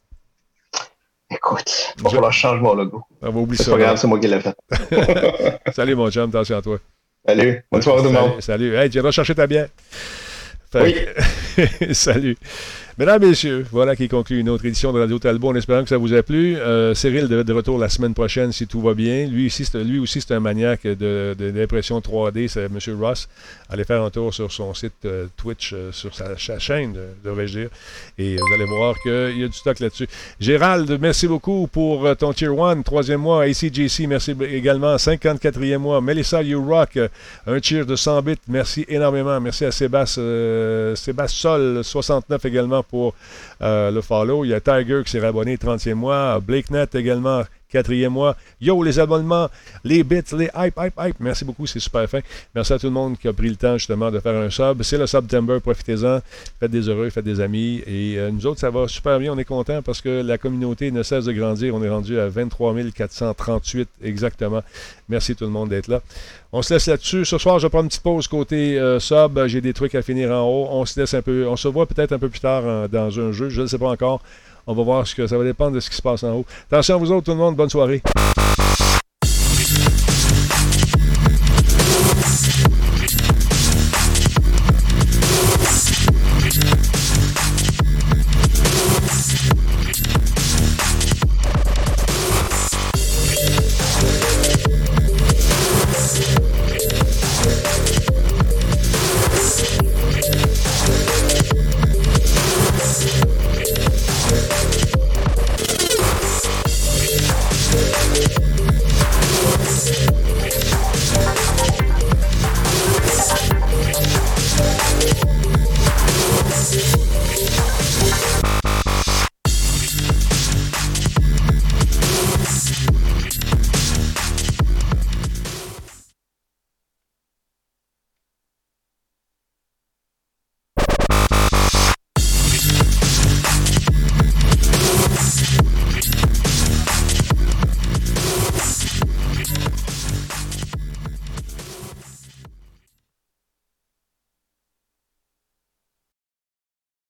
Écoute, il va falloir changer mon logo. On va oublier ça. C'est pas grave, c'est moi qui l'ai fait. Salut, mon chum. Attention à toi. Salut. Bonne soirée tout le monde. Salut. Hey, tu iras chercher ta bière. Oui. Salut. Mesdames, messieurs, voilà qui conclut une autre édition de Radio Talbot en espérant que ça vous a plu. Cyril de retour la semaine prochaine si tout va bien. Lui aussi, c'est un maniaque d'impression 3D. C'est M. Ross. Allez faire un tour sur son site Twitch, sur sa chaîne, devrais-je dire. Et vous allez voir qu'il y a du stock là-dessus. Gérald, merci beaucoup pour ton Tier 1, 3e mois. ACJC, merci également. 54e mois. Melissa You Rock, un cheer de 100 bits. Merci énormément. Merci à Sébastien Sol, 69 également pour le follow. Il y a Tiger qui s'est abonné 30e mois. BlakeNet également 4e mois. Yo, les abonnements, les bits, les hype. Merci beaucoup, c'est super fin. Merci à tout le monde qui a pris le temps justement de faire un sub. C'est le September, profitez-en. Faites des heureux, faites des amis. Et nous autres, ça va super bien. On est contents parce que la communauté ne cesse de grandir. On est rendu à 23 438 exactement. Merci tout le monde d'être là. On se laisse là-dessus. Ce soir, je vais prendre une petite pause côté sub. J'ai des trucs à finir en haut. On se laisse un peu. On se voit peut-être un peu plus tard dans un jeu. Je ne sais pas encore. On va voir ça va dépendre de ce qui se passe en haut. Attention à vous autres, tout le monde. Bonne soirée.